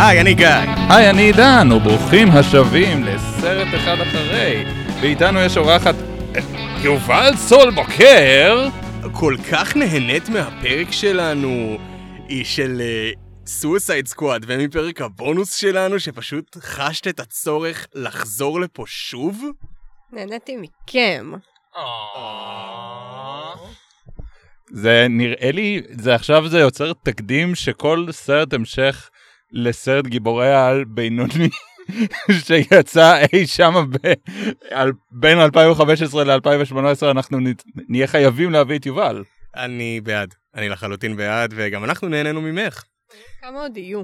היי, אני גיא. היי, אני עידן, וברוכים השבים לסרט אחד אחרי. ואיתנו יש אורחת יובל סולבוקר. כל כך נהנית מהפרק שלנו, היא של סואסייד סקוואד, ומפרק הבונוס שלנו שפשוט חשת את הצורך לחזור לפה שוב. נהניתי מכם. זה נראה לי, עכשיו זה יוצר תקדים שכל סרט המשך לסרט גיבורי העל בינוני שיצא אי שם בין 2015 ל-2018 אנחנו נהיה חייבים להביא את יובל. אני בעד, אני לחלוטין בעד, וגם אנחנו נהנינו ממך. כמה עוד יהיו?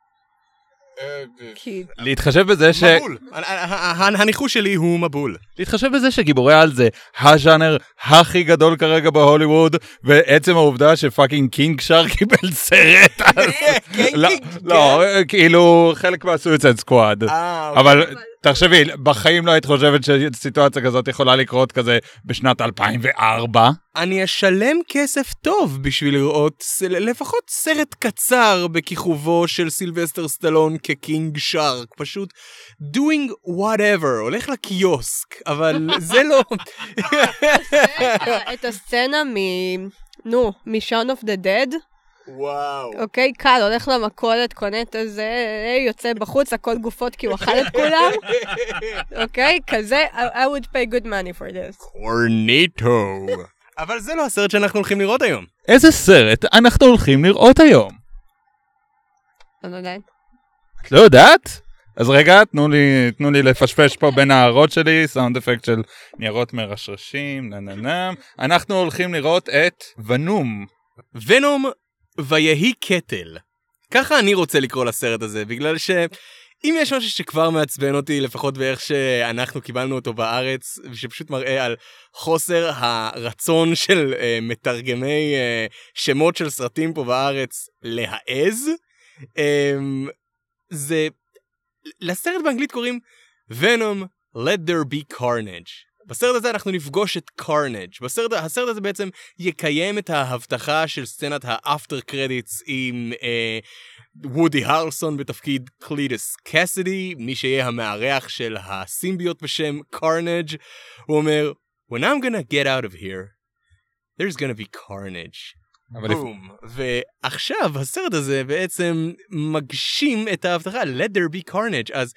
להתחשב בזה ש... מבול. הניחוש שלי הוא מבול. להתחשב בזה שגיבורי העל זה הז'אנר הכי גדול כרגע בהוליווד, ועצם העובדה שפאקינג קינג שר קיבל סרט. לא, כאילו חלק מהסואיסייד סקוואד. אבל תחשבי, בחיים לא היית חושבת שסיטואציה כזאת יכולה לקרות כזה בשנת 2004. אני אשלם כסף טוב בשביל לראות לפחות סרט קצר בכיכובו של סילבסטר סטלון כקינג שרק. פשוט doing whatever, הולך לקיוסק, אבל זה לא... את הסצנה מ-Shaun of the Dead. וואו. אוקיי, קל, הולך למכולת, קונה את הזה, יוצא בחוץ, הכל גופות כי הוא אכל את כולם. אוקיי, כזה, I would pay good money for this. קורניטו. אבל זה לא הסרט שאנחנו הולכים לראות היום. איזה סרט אנחנו הולכים לראות היום? אני לא יודעת. את לא יודעת? אז רגע, תנו לי לפשפש פה בין הערות שלי, סאונד אפקט של ניירות מרשרשים, נננם. אנחנו הולכים לראות את ונום. ונום ויהי קטל. ככה אני רוצה לקרוא לסרט הזה, בגלל שאם יש משהו שכבר מעצבן אותי, לפחות באיך שאנחנו קיבלנו אותו בארץ, ושפשוט מראה על חוסר הרצון של מתרגמי שמות של סרטים פה בארץ להעז, זה... לסרט באנגלית קוראים Venom Let There Be Carnage. בסרט הזה אנחנו נפגוש את Carnage. הסרט הזה בעצם יקיים את ההבטחה של סצנת האפטר קרדיטס עם וודי הרלסון בתפקיד קליטוס קסידי, מי שיהיה המארח של הסימביוט בשם Carnage. הוא אומר, When I'm gonna get out of here, there's gonna be carnage. בום. ועכשיו הסרט הזה בעצם מגשים את ההבטחה, Let there be carnage. אז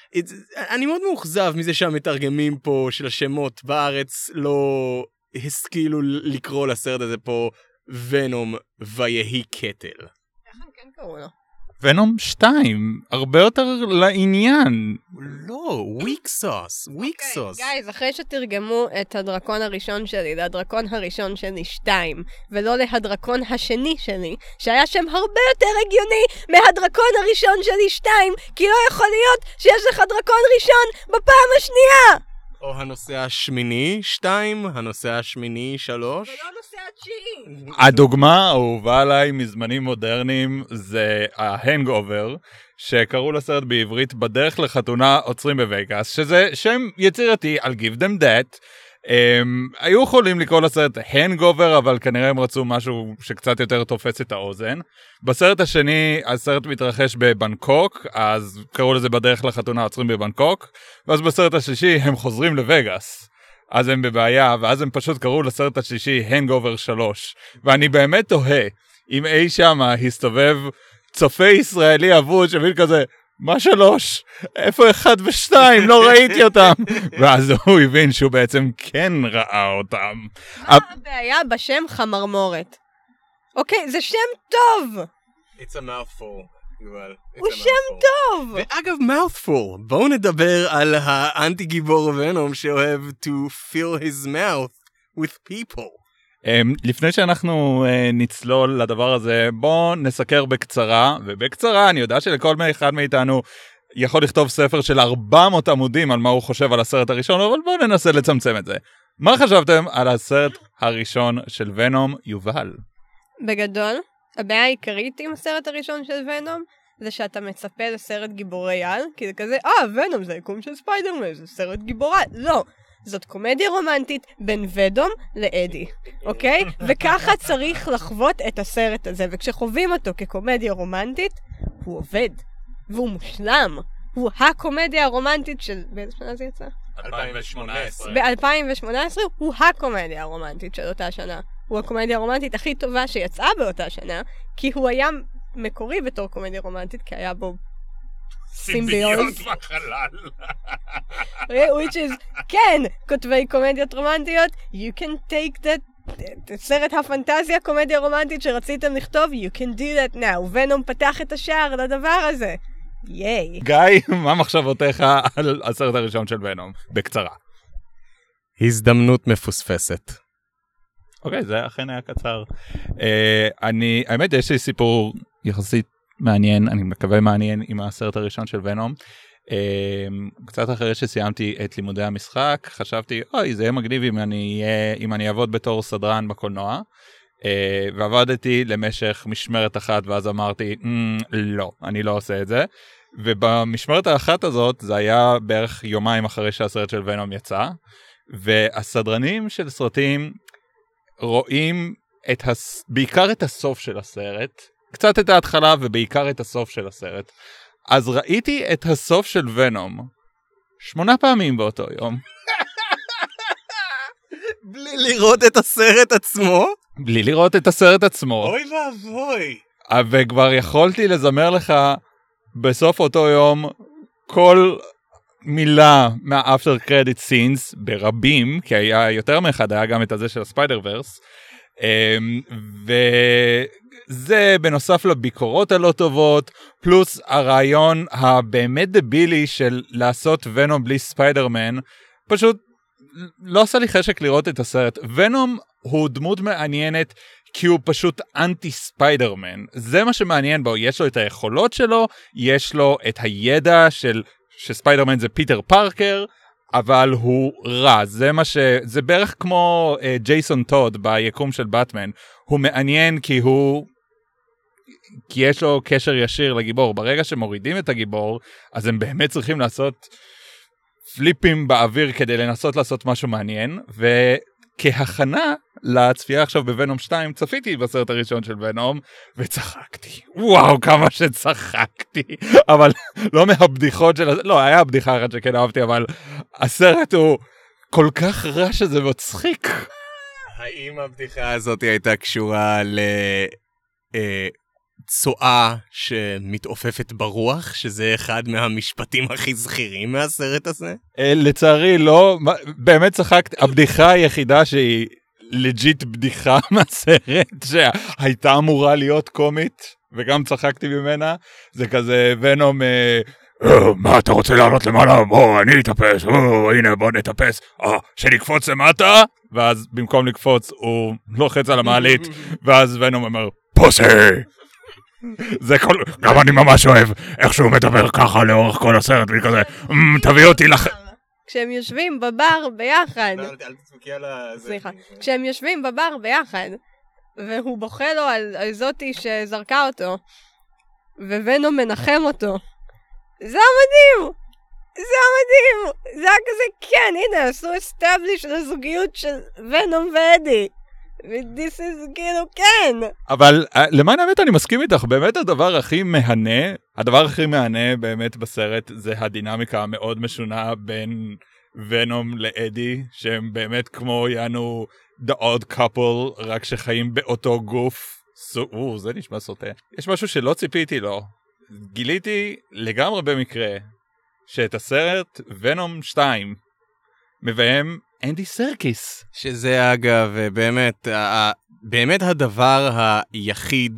אני מאוד מאוכזב מזה שהמתרגמים פה של השמות בארץ לא השכילו לקרוא לסרט הזה פה ונום ויהי קטל. איך הם כן קראו לו? ונום 2, הרבה יותר לעניין. לא, וויק סוס, וויק סוס. גייז, אחרי שתרגמו את הדרקון הראשון שלי להדרקון הראשון שלי 2, ולא להדרקון השני שלי, שהיה שם הרבה יותר הגיוני מהדרקון הראשון שלי 2, כי לא יכול להיות שיש לך דרקון ראשון בפעם השנייה! או הנושא השמיני 2, הנושא השמיני 3. ולא הנושא התשיעי. הדוגמה האהובה עליי מזמנים מודרניים זה ההנגאובר, שקראו לסרט בעברית בדרך לחתונה עוצרים בווגאס, שזה שם יצירתי על Give Them That. היו יכולים לקרוא לסרט הנגאובר, אבל כנראה הם רצו משהו שקצת יותר תופס את האוזן. בסרט השני, הסרט מתרחש בבנקוק, אז קראו לזה בדרך לחתונה עוצרים בבנקוק, ואז בסרט השלישי הם חוזרים לווגאס. אז הם בבעיה, ואז הם פשוט קראו לסרט השלישי הנגאובר 3. ואני באמת תוהה, אם אי שמה הסתובב צופה ישראלי אבוד שביל כזה, מה 3? איפה 1 ו2? לא ראיתי אותם. ואז הוא הבין שהוא בעצם כן ראה אותם. מה הבעיה בשם חמרמורת? אוקיי, זה שם טוב! It's a mouthful, יובל. הוא שם טוב! ואגב, mouthful, בואו נדבר על האנטי גיבור ונום שאוהב to fill his mouth with people. לפני שאנחנו נצלול לדבר הזה, בואו נסקר בקצרה, ובקצרה אני יודע שלכל אחד מאיתנו יכול לכתוב ספר של 400 עמודים על מה הוא חושב על הסרט הראשון, אבל בואו ננסה לצמצם את זה. מה חשבתם על הסרט הראשון של ונום, יובל? בגדול, הבעיה העיקרית עם הסרט הראשון של ונום, זה שאתה מצפה לסרט גיבורי על, כי זה כזה, ונום זה יקום של ספיידרמן, זה סרט גיבורי, לא. זאת קומדיה רומנטית בין ודום לאדי, אוקיי? וככה צריך לחוות את הסרט הזה, וכשחווים אותו כקומדיה רומנטית, הוא עובד. והוא מושלם. הוא הקומדיה הרומנטית של... באיזה שנה זה יצא? 2018. ב-2018 הוא הקומדיה הרומנטית של אותה שנה. הוא הקומדיה הרומנטית הכי טובה שיצאה באותה שנה, כי הוא היה מקורי בתור קומדיה רומנטית, כי היה בו סימביוט בחלל. which is, כן, כותבי קומדיות רומנטיות, you can take that, סרט הפנטזיה קומדיה רומנטית שרציתם לכתוב, you can do that now. ונום פתח את השער לדבר הזה. ייי. גיא, מה מחשבותיך על הסרט הראשון של ונום? בקצרה. הזדמנות מפוספסת. אוקיי, זה אכן היה קצר. האמת, יש לי סיפור יחסית מעניין, אני מקווה מעניין, עם הסרט הראשון של ונום. קצת אחרי שסיימתי את לימודי המשחק, חשבתי, אוי, זה יהיה מגניב אם אני אעבוד בתור סדרן בקולנוע. ועבדתי למשך משמרת אחת, ואז אמרתי, לא, אני לא עושה את זה. ובמשמרת האחת הזאת, זה היה בערך יומיים אחרי שהסרט של ונום יצא, והסדרנים של סרטים רואים בעיקר את הסוף של הסרט, קצת את ההתחלה ובעיקר את הסוף של הסרט. אז ראיתי את הסוף של ונום 8 פעמים באותו יום. בלי לראות את הסרט עצמו? בלי לראות את הסרט עצמו. אוי ואבוי. וכבר יכולתי לזמר לך בסוף אותו יום כל מילה מה-after credit scenes ברבים, כי היה יותר מאחד, היה גם את הזה של הספיידר ורס, וזה בנוסף לביקורות הלא טובות, פלוס הרעיון הבאמת דבילי של לעשות ונום בלי ספיידרמן, פשוט לא עשה לי חשק לראות את הסרט. ונום הוא דמות מעניינת כי הוא פשוט אנטי ספיידרמן. זה מה שמעניין בו, יש לו את היכולות שלו, יש לו את הידע שספיידרמן זה פיטר פארקר, אבל הוא רע. זה בערך כמו ג'ייסון טוד ביקום של באטמן. הוא מעניין כי יש לו קשר ישיר לגיבור. ברגע שמורידים את הגיבור, אז הם באמת צריכים לעשות פליפים באוויר כדי לנסות לעשות משהו מעניין, וכהכנה לצפייה עכשיו בוונום 2, צפיתי בסרט הראשון של ונום, וצחקתי. וואו, כמה שצחקתי. אבל לא מהבדיחות של... לא, היה בדיחה אחת שכן אהבתי, אבל הסרט הוא כל כך רע שזה מצחיק. האם הבדיחה הזאת הייתה קשורה צועה שמתעופפת ברוח, שזה אחד מהמשפטים הכי זכירים מהסרט הזה? לצערי לא, באמת צחקתי. הבדיחה היחידה שהיא לג'יט בדיחה מהסרט, שהייתה אמורה להיות קומית, וגם צחקתי ממנה, זה כזה ונום, מה אתה רוצה לעלות למעלה? בוא, אני אתאפס, הנה בוא נתאפס, שנקפוץ למטה, ואז במקום לקפוץ הוא לוחץ על המעלית, ואז ונום אומר, פוסי! זה כל... גם אני ממש אוהב איך שהוא מדבר ככה לאורך כל הסרט, וכזה, תביא אותי כשהם יושבים בבר ביחד, אל תצמקי על זה. סליחה, כשהם יושבים בבר ביחד, והוא בוכה לו על זאתי שזרקה אותו, וונום מנחם אותו, זה המדהים! זה המדהים! זה היה כזה, כן, הנה, עשו אסטאבליש לזוגיות של ונום ואדי. ו-this is כאילו, כן! אבל למען האמת אני מסכים איתך, באמת הדבר הכי מהנה באמת בסרט זה הדינמיקה המאוד משונה בין ונום לאדי, שהם באמת כמו יענו the odd couple, רק שחיים באותו גוף. זה נשמע סוטה. יש משהו שלא ציפיתי לו. גיליתי לגמרי במקרה שאת הסרט ונום 2 מביים אנדי סרקיס. שזה אגב באמת הדבר היחיד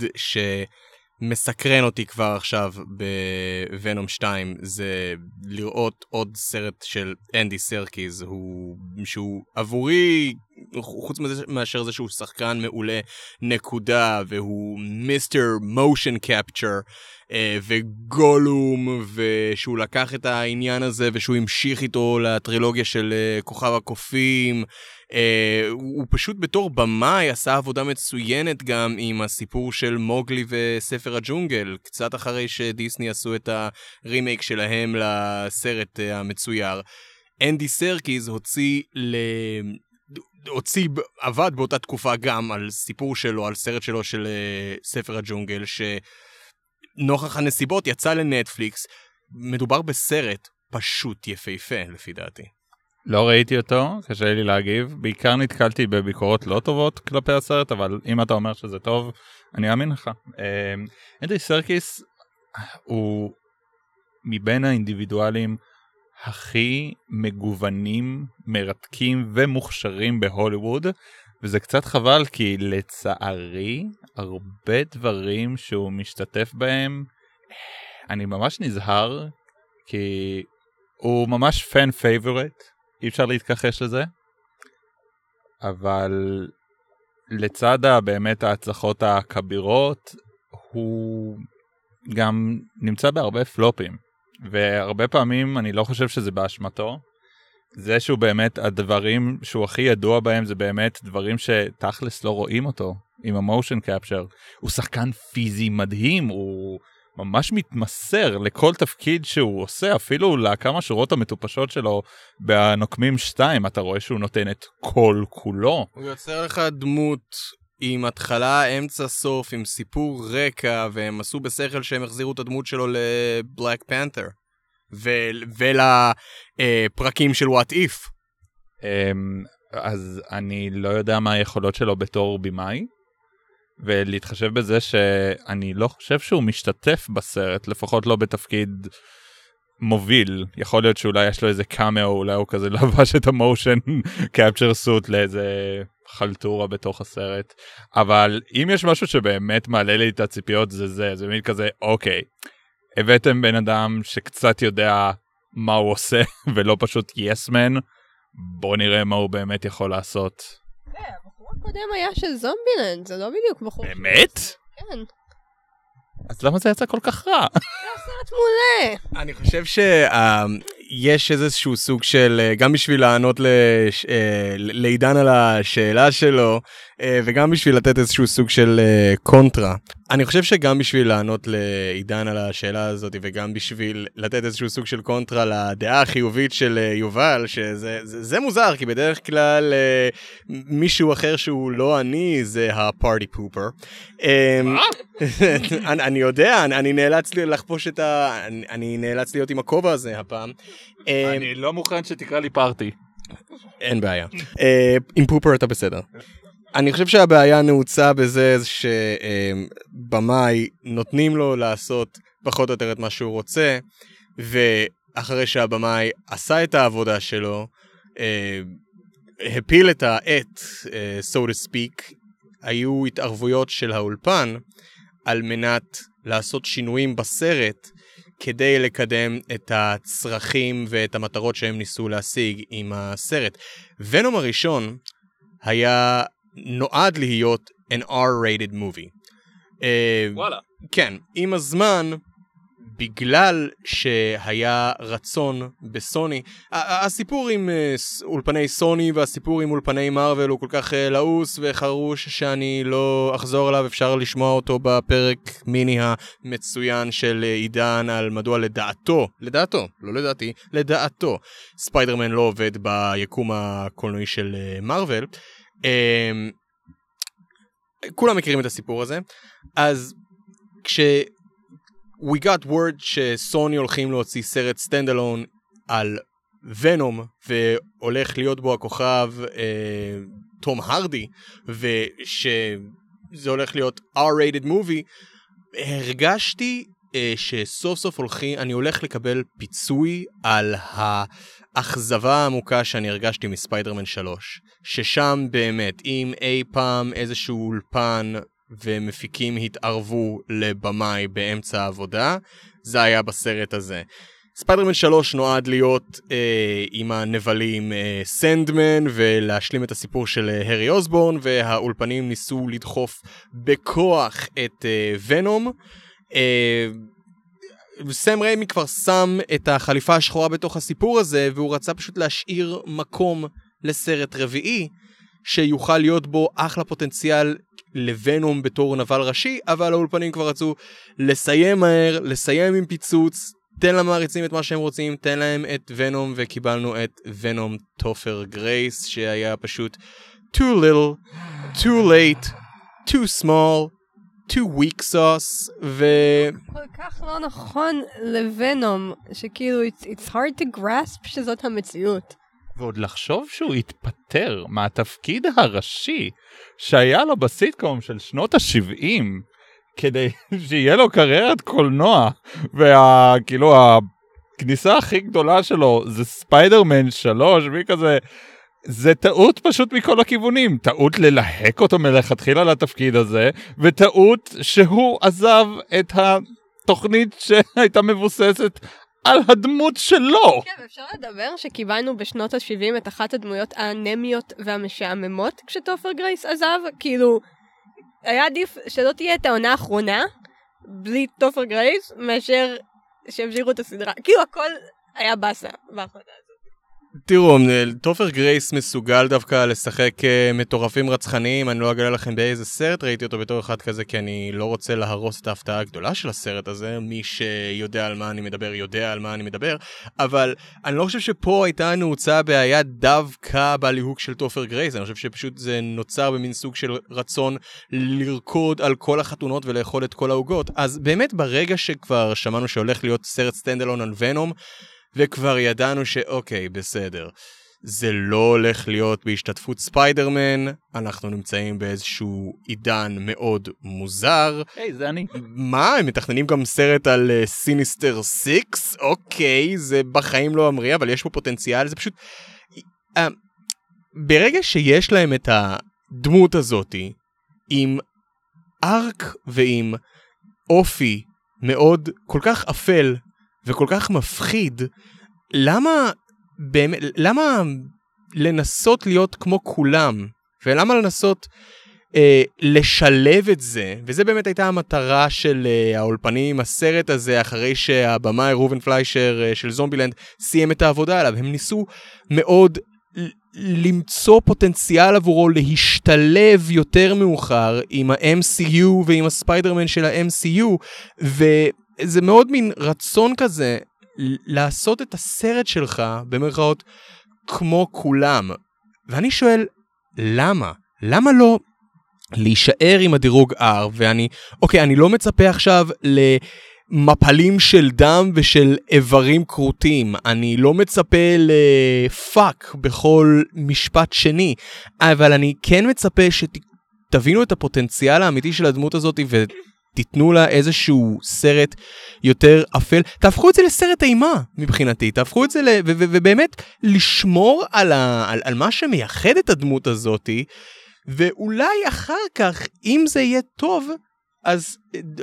שמסקרן אותי כבר עכשיו בוונום 2, זה לראות עוד סרט של אנדי סרקיס, שהוא עבורי, חוץ מאשר זה שהוא שחקן מעולה נקודה, והוא מיסטר מושן קפצ'ר, וגולום, ושהוא לקח את העניין הזה ושהוא המשיך איתו לטרילוגיה של כוכב הקופים. הוא פשוט בתור במאי עשה עבודה מצוינת גם עם הסיפור של מוגלי וספר הג'ונגל, קצת אחרי שדיסני עשו את הרימייק שלהם לסרט המצויר. אנדי סרקיס עבד באותה תקופה גם על סיפור שלו, על סרט שלו של ספר הג'ונגל, נוכח הנסיבות יצא לנטפליקס. מדובר בסרט פשוט יפהפה, לפי דעתי. לא ראיתי אותו, קשה לי להגיב. בעיקר נתקלתי בביקורות לא טובות כלפי הסרט, אבל אם אתה אומר שזה טוב, אני אאמין לך. אנדי סרקיס הוא מבין האינדיבידואלים הכי מגוונים, מרתקים ומוכשרים בהוליווד, וזה קצת חבל כי לצערי הרבה דברים שהוא משתתף בהם, אני ממש נזהר, כי הוא ממש פן פייבורט, אי אפשר להתכחש לזה, אבל לצד באמת ההצלחות הכבירות, הוא גם נמצא בהרבה פלופים, והרבה פעמים אני לא חושב שזה באשמתו, זה שהוא באמת, הדברים שהוא הכי ידוע בהם זה באמת דברים שתכלס לא רואים אותו, עם המושן קפצ'ר. הוא שחקן פיזי מדהים, הוא ממש מתמסר לכל תפקיד שהוא עושה, אפילו לכמה שורות המטופשות שלו בנוקמים 2, אתה רואה שהוא נותן את כל כולו. הוא יוצר לך דמות עם התחלה, אמצע, סוף, עם סיפור רקע, והם עשו בשכל שהם החזירו את הדמות שלו לבלק פנת'ר. ולפרקים של What If. אז אני לא יודע מה היכולות שלו בתור בימאי, ולהתחשב בזה שאני לא חושב שהוא משתתף בסרט, לפחות לא בתפקיד מוביל. יכול להיות שאולי יש לו איזה קאמאו, אולי הוא כזה לבש את המושן קפצ'ר סוט לאיזה חלטורה בתוך הסרט. אבל אם יש משהו שבאמת מעלה לי את הציפיות, זה מין כזה, אוקיי. הבאתם בן אדם שקצת יודע מה הוא עושה, ולא פשוט yes man, בוא נראה מה הוא באמת יכול לעשות. הבחור הקודם היה של זומבילנד, זה לא בדיוק בחור. באמת? כן. אז למה זה יצא כל כך רע? זה הסרט מעולה. אני חושב שיש איזשהו סוג של, גם בשביל לענות לעידן על השאלה שלו, וגם בשביל לתת איזשהו סוג של קונטרה. אני חושב שגם בשביל לענות לעידן על השאלה הזאת, וגם בשביל לתת איזשהו סוג של קונטרה לדעה החיובית של יובל, שזה מוזר, כי בדרך כלל מישהו אחר שהוא לא אני, זה הפארטי פופר. אני יודע, אני נאלץ לחפוש אני נאלץ להיות עם הכובע הזה הפעם. אני לא מוכן שתקרא לי פארטי. אין בעיה. עם פופר אתה בסדר. אני חושב שהבעיה נעוצה בזה שבמאי נותנים לו לעשות פחות או יותר את מה שהוא רוצה, ואחרי שהבמאי עשה את העבודה שלו, הפיל את העט, so to speak, היו התערבויות של האולפן על מנת לעשות שינויים בסרט, כדי לקדם את הצרכים ואת המטרות שהם ניסו להשיג עם הסרט. ונום הראשון היה נועד להיות an R-rated movie. וואלה. כן, עם הזמן, בגלל שהיה רצון בסוני, הסיפור עם אולפני סוני והסיפור עם אולפני מרוול הוא כל כך לעוס וחרוש שאני לא אחזור עליו, אפשר לשמוע אותו בפרק מיני המצוין של עידן על מדוע לדעתו, לא לדעתי, לדעתו, ספיידרמן לא עובד ביקום הקולנועי של מרוול. כולם מכירים את הסיפור הזה. אז we got word שסוני הולכים להוציא סרט סטנדלון על ונום, והולך להיות בו הכוכב תום הרדי, ושזה הולך להיות R-rated movie, הרגשתי שסוף סוף אני הולך לקבל פיצוי על האכזבה העמוקה שאני הרגשתי מספיידרמן 3, ששם באמת, אם אי פעם איזשהו אולפן ומפיקים התערבו לבמאי באמצע העבודה, זה היה בסרט הזה. ספיידרמן 3 נועד להיות עם הנבלים סנדמן ולהשלים את הסיפור של הרי אוסבורן, והאולפנים ניסו לדחוף בכוח את ונום. סם ריימי כבר שם את החליפה השחורה בתוך הסיפור הזה, והוא רצה פשוט להשאיר מקום לסרט רביעי שיוכל להיות בו אחלה פוטנציאל לוונום בתור נבל ראשי, אבל האולפנים כבר רצו לסיים מהר, לסיים עם פיצוץ, תן למעריצים את מה שהם רוצים, תן להם את ונום, וקיבלנו את ונום טופר גרייס, שהיה פשוט too little, too late, too small, too weak sauce, כל כך לא נכון לוונום, שכאילו, it's hard to grasp שזאת המציאות. ועוד לחשוב שהוא התפטר מהתפקיד הראשי שהיה לו בסיטקום של שנות ה-70, כדי שיהיה לו קריירת קולנוע, וכאילו הכניסה הכי גדולה שלו זה ספיידרמן 3, וכזה, זה טעות פשוט מכל הכיוונים, טעות ללהק אותו מלכתחילה לתפקיד הזה, וטעות שהוא עזב את התוכנית שהייתה מבוססת על הדמות שלו. כן, אפשר לדבר שקיבלנו בשנות ה-70 את אחת הדמויות האנמיות והמשעממות כשטופר גרייס עזב, כאילו, היה עדיף שלא תהיה את העונה האחרונה, בלי טופר גרייס, מאשר שהמשיכו את הסדרה. כאילו, הכל היה בסה בהחלטה הזאת. תראו, טופר גרייס מסוגל דווקא לשחק מטורפים רצחניים, אני לא אגלה לכם באיזה סרט, ראיתי אותו בתור אחד כזה, כי אני לא רוצה להרוס את ההפתעה הגדולה של הסרט הזה, מי שיודע על מה אני מדבר, יודע על מה אני מדבר, אבל אני לא חושב שפה הייתה נעוצה בעיה דווקא בליהוק של טופר גרייס, אני חושב שפשוט זה נוצר במין סוג של רצון לרקוד על כל החתונות ולאכול את כל העוגות, אז באמת ברגע שכבר שמענו שהולך להיות סרט סטנדלון על ונום, וכבר ידענו שאוקיי, בסדר, זה לא הולך להיות בהשתתפות ספיידרמן, אנחנו נמצאים באיזשהו עידן מאוד מוזר. היי, זה אני. מה? הם מתכננים גם סרט על סיניסטר 6? אוקיי, זה בחיים לא אמרי, אבל יש פה פוטנציאל, זה פשוט... ברגע שיש להם את הדמות הזאת, עם ארק ועם אופי מאוד כל כך אפל, וכל כך מפחיד, למה לנסות להיות כמו כולם, ולמה לנסות לשלב את זה, וזה באמת הייתה המטרה של האולפנים, הסרט הזה, אחרי שהבמאי רובן פליישר של זומבילנד סיים את העבודה עליו, הם ניסו מאוד למצוא פוטנציאל עבורו להשתלב יותר מאוחר עם ה-MCU ועם הספיידרמן של ה-MCU, זה מאוד מין רצון כזה לעשות את הסרט שלך במרכאות כמו כולם. ואני שואל, למה? למה לא להישאר עם הדירוג R? אני לא מצפה עכשיו למפלים של דם ושל איברים קרוטים. אני לא מצפה לפאק בכל משפט שני. אבל אני כן מצפה שתבינו את הפוטנציאל האמיתי של הדמות הזאת תיתנו לה איזשהו סרט יותר אפל, תהפכו את זה לסרט אימה מבחינתי, תהפכו את זה ובאמת לשמור על מה שמייחד את הדמות הזאת, ואולי אחר כך, אם זה יהיה טוב, אז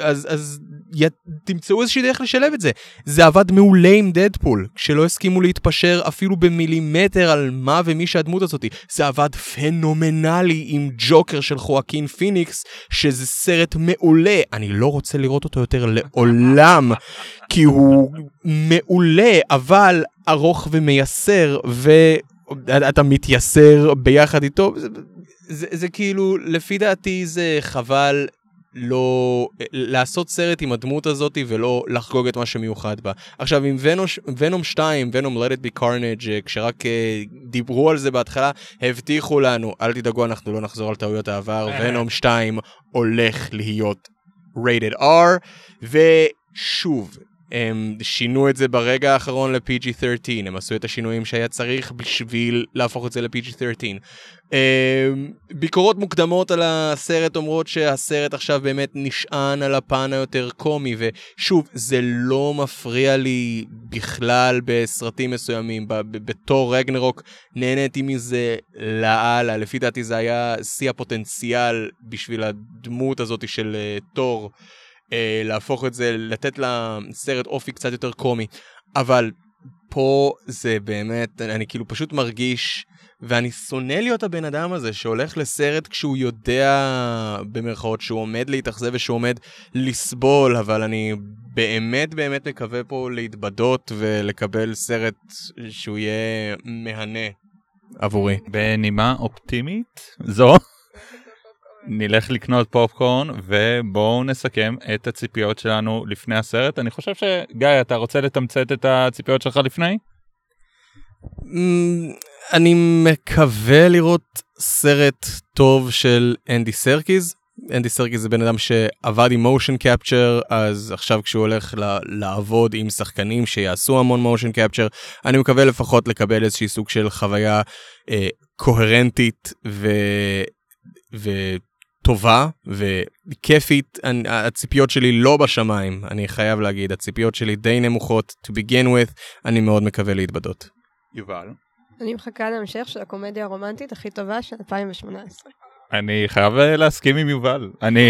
תמצאו איזושהי דרך לשלב את זה. זה עבד מעולה עם דדפול, כשלא הסכימו להתפשר אפילו במילימטר על מה ומי שהדמות הזאת. זה עבד פנומנלי עם ג'וקר של חואקין פיניקס, שזה סרט מעולה. אני לא רוצה לראות אותו יותר לעולם, כי הוא מעולה, אבל ארוך ומייסר, ואתה מתייסר ביחד איתו. זה כאילו, לפי דעתי זה חבל לא לעשות סרט עם הדמות הזאת ולא לחגוג את מה שמיוחד בה. עכשיו עם ונום 2, ונום Let It Be Carnage, כשרק דיברו על זה בהתחלה, הבטיחו לנו, אל תדאגו, אנחנו לא נחזור על טעויות העבר, ונום 2 הולך להיות rated R, ושוב, הם שינו את זה ברגע האחרון ל-PG-13, הם עשו את השינויים שהיה צריך בשביל להפוך את זה ל-PG-13. ביקורות מוקדמות על הסרט אומרות שהסרט עכשיו באמת נשען על הפן היותר קומי, ושוב, זה לא מפריע לי בכלל בסרטים מסוימים. בתור רגנרוק נהניתי מזה לאללה, לפי דעתי זה היה שיא הפוטנציאל בשביל הדמות הזאת של תור, להפוך את זה, לתת לסרט אופי קצת יותר קומי, אבל פה זה באמת, אני כאילו פשוט מרגיש, ואני שונא להיות הבן אדם הזה שהולך לסרט כשהוא יודע במרכאות שהוא עומד להתאכזב ושהוא עומד לסבול, אבל אני באמת באמת מקווה פה להתבדות ולקבל סרט שהוא יהיה מהנה עבורי. בנימה אופטימית זו נלך לקנות פופקורן ובואו נסכם את הציפיות שלנו לפני הסרט. אני חושב שגיא, אתה רוצה לתמצת את הציפיות שלך לפני? אני מקווה לראות סרט טוב של אנדי סרקיז, אנדי סרקיס זה בן אדם שעבד עם מושן קפצ'ר, אז עכשיו כשהוא הולך לעבוד עם שחקנים שיעשו המון מושן קפצ'ר, אני מקווה לפחות לקבל איזושהי סוג של חוויה קוהרנטית וטובה וכיפית. הציפיות שלי לא בשמיים, אני חייב להגיד, הציפיות שלי די נמוכות to begin with, אני מאוד מקווה להתבדות. יובל? אני מחכה להמשך של הקומדיה הרומנטית הכי טובה של 2018. אני חייב להסכים עם יובל.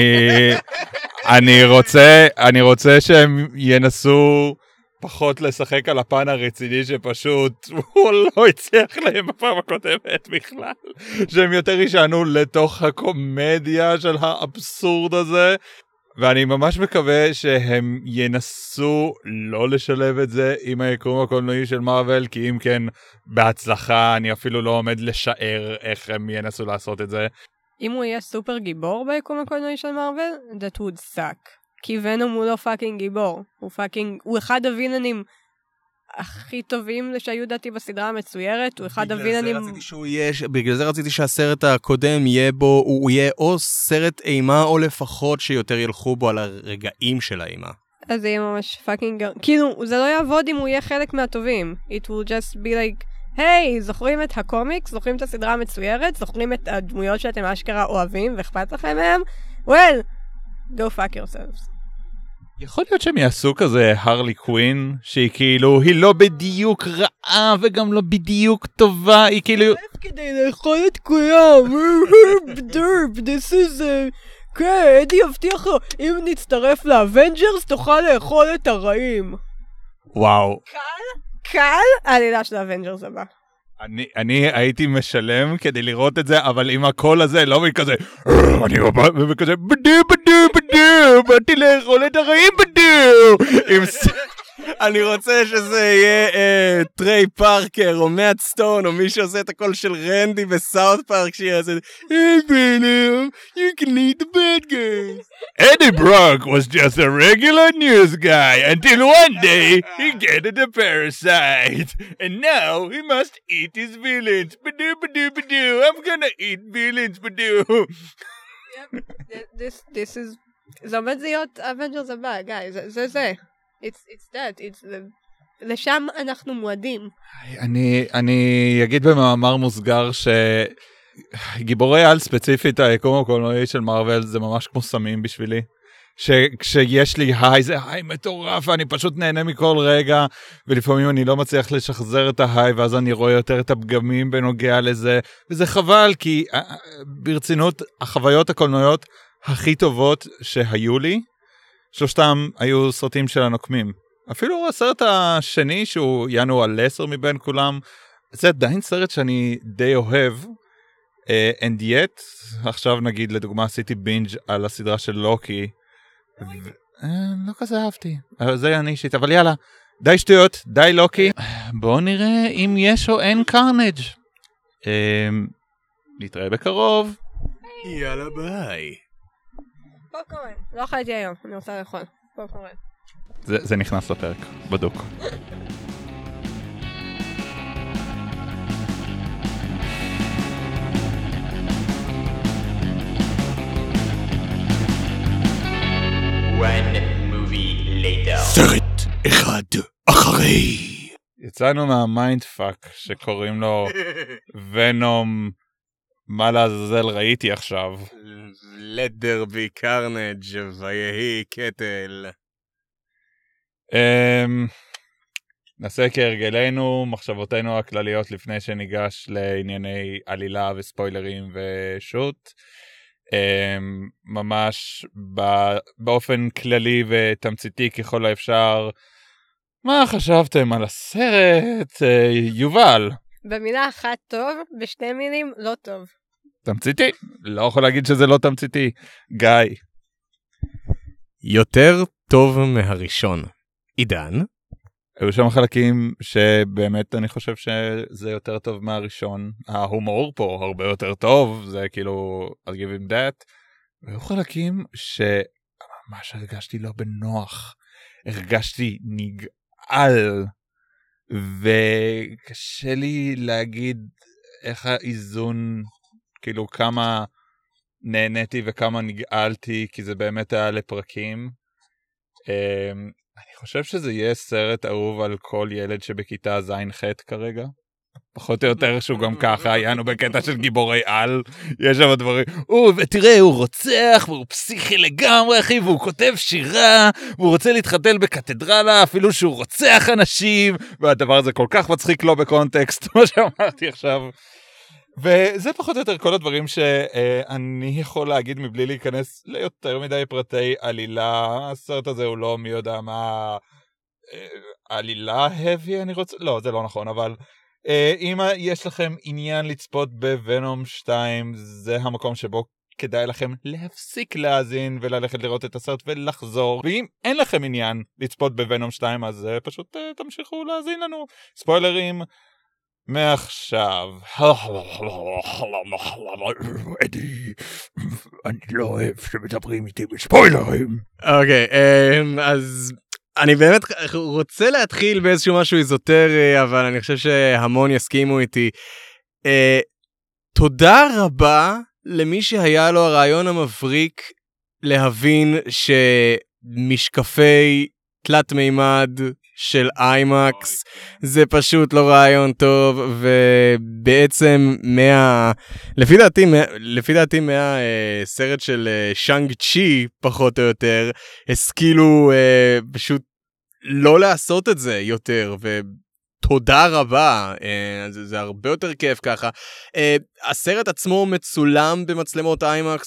אני רוצה שהם ינסו פחות לשחק על הפן הרציני שפשוט הוא לא הצליח להם בפעם הקודמת בכלל. שהם יותר ישענו לתוך הקומדיה של האבסורד הזה. ואני ממש מקווה שהם ינסו לא לשלב את זה עם היקום הקולנועי של מארוול, כי אם כן, בהצלחה, אני אפילו לא עומד לשער איך הם ינסו לעשות את זה. אם הוא יהיה סופר גיבור ביקום הקולנועי של מארוול, that would suck. כי ונום הוא לא פאקינג גיבור. הוא אחד הווילנים הכי טובים שהיו דעתי בסדרה המצוירת. הוא אחד הווילנים... בגלל זה רציתי שהסרט הקודם יהיה בו, הוא יהיה או סרט אימה או לפחות שיותר ילכו בו על הרגעים של האימה. אז זה יהיה ממש פאקינג... כאילו, זה לא יעבוד אם הוא יהיה חלק מהטובים. It will just be like... היי, זוכרים את הקומיקס? זוכרים את הסדרה המצוירת? זוכרים את הדמויות שאתם אשכרה אוהבים ואכפת לכם מהם? Well, go fuck yourselves. יכול להיות שהם יעשו כזה הרלי קווין, שהיא כאילו, היא לא בדיוק רעה וגם לא בדיוק טובה, היא כאילו... כדי לאכול את כולם, this is כן, אדי יבטיח לו, אם נצטרף לאבנג'רס תוכל לאכול את הרעים. וואו. קל? העלילה של האבנג'רס הבא. אני הייתי משלם כדי לראות את זה, אבל עם הקול הזה, לא מכזה, אני וכזה, בדו, באתי לאכול את הרעים בדו. אני רוצה שזה יהיה טריי פארקר או מאט סטון או מי שעושה את הקול של רנדי בסאוט פארק שיעשה Hey Venom, you can eat the bad guys. Eddie Brock was just a regular news guy until one day he get a parasite and now he must eat his villains. Badu, I'm gonna eat villains, badu. This is... זה עומד להיות אבנג'רס הבא, גיא, זה. It's that, לשם אנחנו מועדים. אני אגיד במאמר מוסגר שגיבורי על ספציפית היקום הקולנועי של מארוול זה ממש כמו סמים בשבילי. שכשיש לי היי, זה היי מטורף, ואני פשוט נהנה מכל רגע, ולפעמים אני לא מצליח לשחזר את ההיי, ואז אני רואה יותר את הפגמים בנוגע לזה, וזה חבל, כי ברצינות, החוויות הקולנועיות הכי טובות שהיו לי, שלושתם היו סרטים של הנוקמים. אפילו הסרט השני, שהוא יענו הלסר מבין כולם, זה עדיין סרט שאני די אוהב, and yet, עכשיו נגיד לדוגמה עשיתי בינג' על הסדרה של לוקי, לא כזה אהבתי, זה אני אישית, אבל יאללה, די שטויות, די לוקי, בואו נראה אם יש או אין קרנג'. נתראה בקרוב. יאללה ביי. פופקורן, לא אכלתי היום, אני רוצה לאכול פופקורן. זה נכנס לפרק, בדוק. One movie later. סרט אחד אחרי. יצאנו מהמיינד פאק שקוראים לו ונום, מה לעזאזל ראיתי עכשיו. Let there be carnage ויהי קטל. נעשה כהרגלנו מחשבותינו הכלליות לפני שניגש לענייני עלילה וספוילרים ושוט. ממש באופן כללי ותמציתי ככל האפשר, מה חשבתם על הסרט? יובל. במילה אחת טוב, בשתי מילים לא טוב. תמציתי? לא יכול להגיד שזה לא תמציתי. גיא. יותר טוב מהראשון. עידן? היו שם חלקים שבאמת אני חושב שזה יותר טוב מהראשון. ההומור פה הרבה יותר טוב, זה כאילו, I'll give him that. והיו חלקים שממש הרגשתי לא בנוח. הרגשתי נגעל. וקשה לי להגיד איך האיזון, כאילו כמה נהניתי וכמה נגעלתי, כי זה באמת היה לפרקים. אני חושב שזה יהיה סרט אהוב על כל ילד שבכיתה ז'-ח' כרגע. פחות או יותר שהוא גם ככה, היינו בקטע של גיבורי על, יש שם דברים, ותראה, הוא רוצח, והוא פסיכי לגמרי, אחי, והוא כותב שירה, והוא רוצה להתחתל בקתדרלה, אפילו שהוא רוצח אנשים, והדבר הזה כל כך מצחיק לו בקונטקסט, מה שאמרתי עכשיו. וזה פחות או יותר כל הדברים שאני יכול להגיד מבלי להיכנס ליותר מדי פרטי עלילה. הסרט הזה הוא לא מי יודע מה עלילה heavy, אני רוצה, לא, זה לא נכון, אבל אם יש לכם עניין לצפות בוונום 2, זה המקום שבו כדאי לכם להפסיק להאזין וללכת לראות את הסרט ולחזור. ואם אין לכם עניין לצפות בוונום 2, אז פשוט תמשיכו להאזין לנו. ספוילרים מעכשיו. אדי, אני לא אוהב שמדברים איתי בספוילרים. אוקיי, אז אני באמת רוצה להתחיל באיזשהו משהו איזוטרי, אבל אני חושב שהמון יסכימו איתי. תודה רבה למי שהיה לו הרעיון המבריק להבין שמשקפי תלת מימד של איימקס זה פשוט לא רעיון טוב, ובעצם לפי דעתי מהסרט של שאנג צ'י פחות או יותר השכילו פשוט לא לעשות את זה יותר, ותודה רבה, זה הרבה יותר כיף ככה. הסרט עצמו מצולם במצלמות איימקס,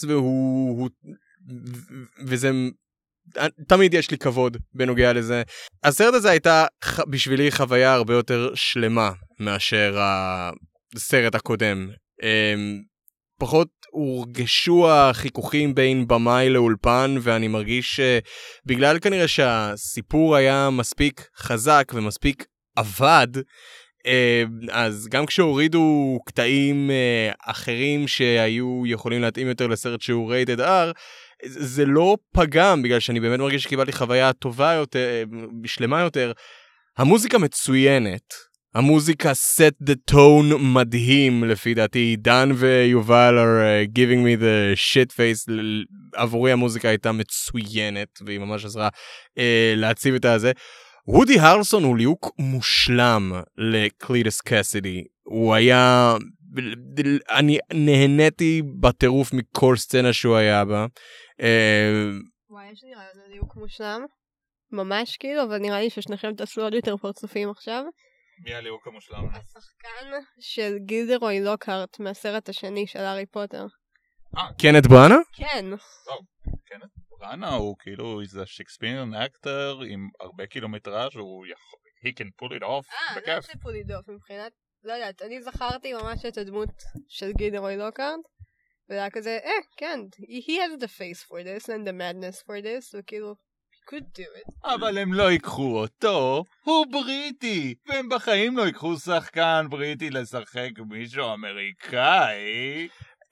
וזה תמיד יש לי כבוד בנוגע לזה. הסרט הזה הייתה בשבילי חוויה הרבה יותר שלמה מאשר הסרט הקודם. פחות הורגשו החיכוכים בין במאי לאולפן, ואני מרגיש שבגלל כנראה שהסיפור היה מספיק חזק ומספיק עבד, אז גם כשהורידו קטעים אחרים שהיו יכולים להתאים יותר לסרט שהוא rated R, זה לא פגם, בגלל שאני באמת מרגיש שקיבלתי חוויה טובה יותר, שלמה יותר. המוזיקה מצוינת, המוזיקה set the tone מדהים לפי דעתי. דן ויובל are giving me the shit face. עבורי המוזיקה הייתה מצוינת, והיא ממש עזרה להציב את הזה. וודי הרלסון הוא ליהוק מושלם לקליטוס קסידי. הוא היה, אני נהניתי בטירוף מכל סצנה שהוא היה בה. וואי, יש לי רעיון ליהוק מושלם. ממש כאילו, אבל נראה לי ששניכם תעשו עוד יותר פרצופים עכשיו. מי הליהוק המושלם? השחקן של גילדרוי לוקהרט מהסרט השני של הארי פוטר. קנת בראנה? כן. קנת בראנה הוא כאילו איזה שיקספיריאן אקטר עם הרבה קילומטראז' הוא יכול, he can pull it off. לא יש לי pull it off מבחינת, לא יודעת, אני זכרתי ממש את הדמות של גילדרוי לוקהרט, והיה כזה, כן, he has the face for this and the madness for this, וכאילו, he could do it. אבל הם לא ייקחו אותו, הוא בריטי, והם בחיים לא ייקחו שחקן בריטי לשחק מישהו אמריקאי.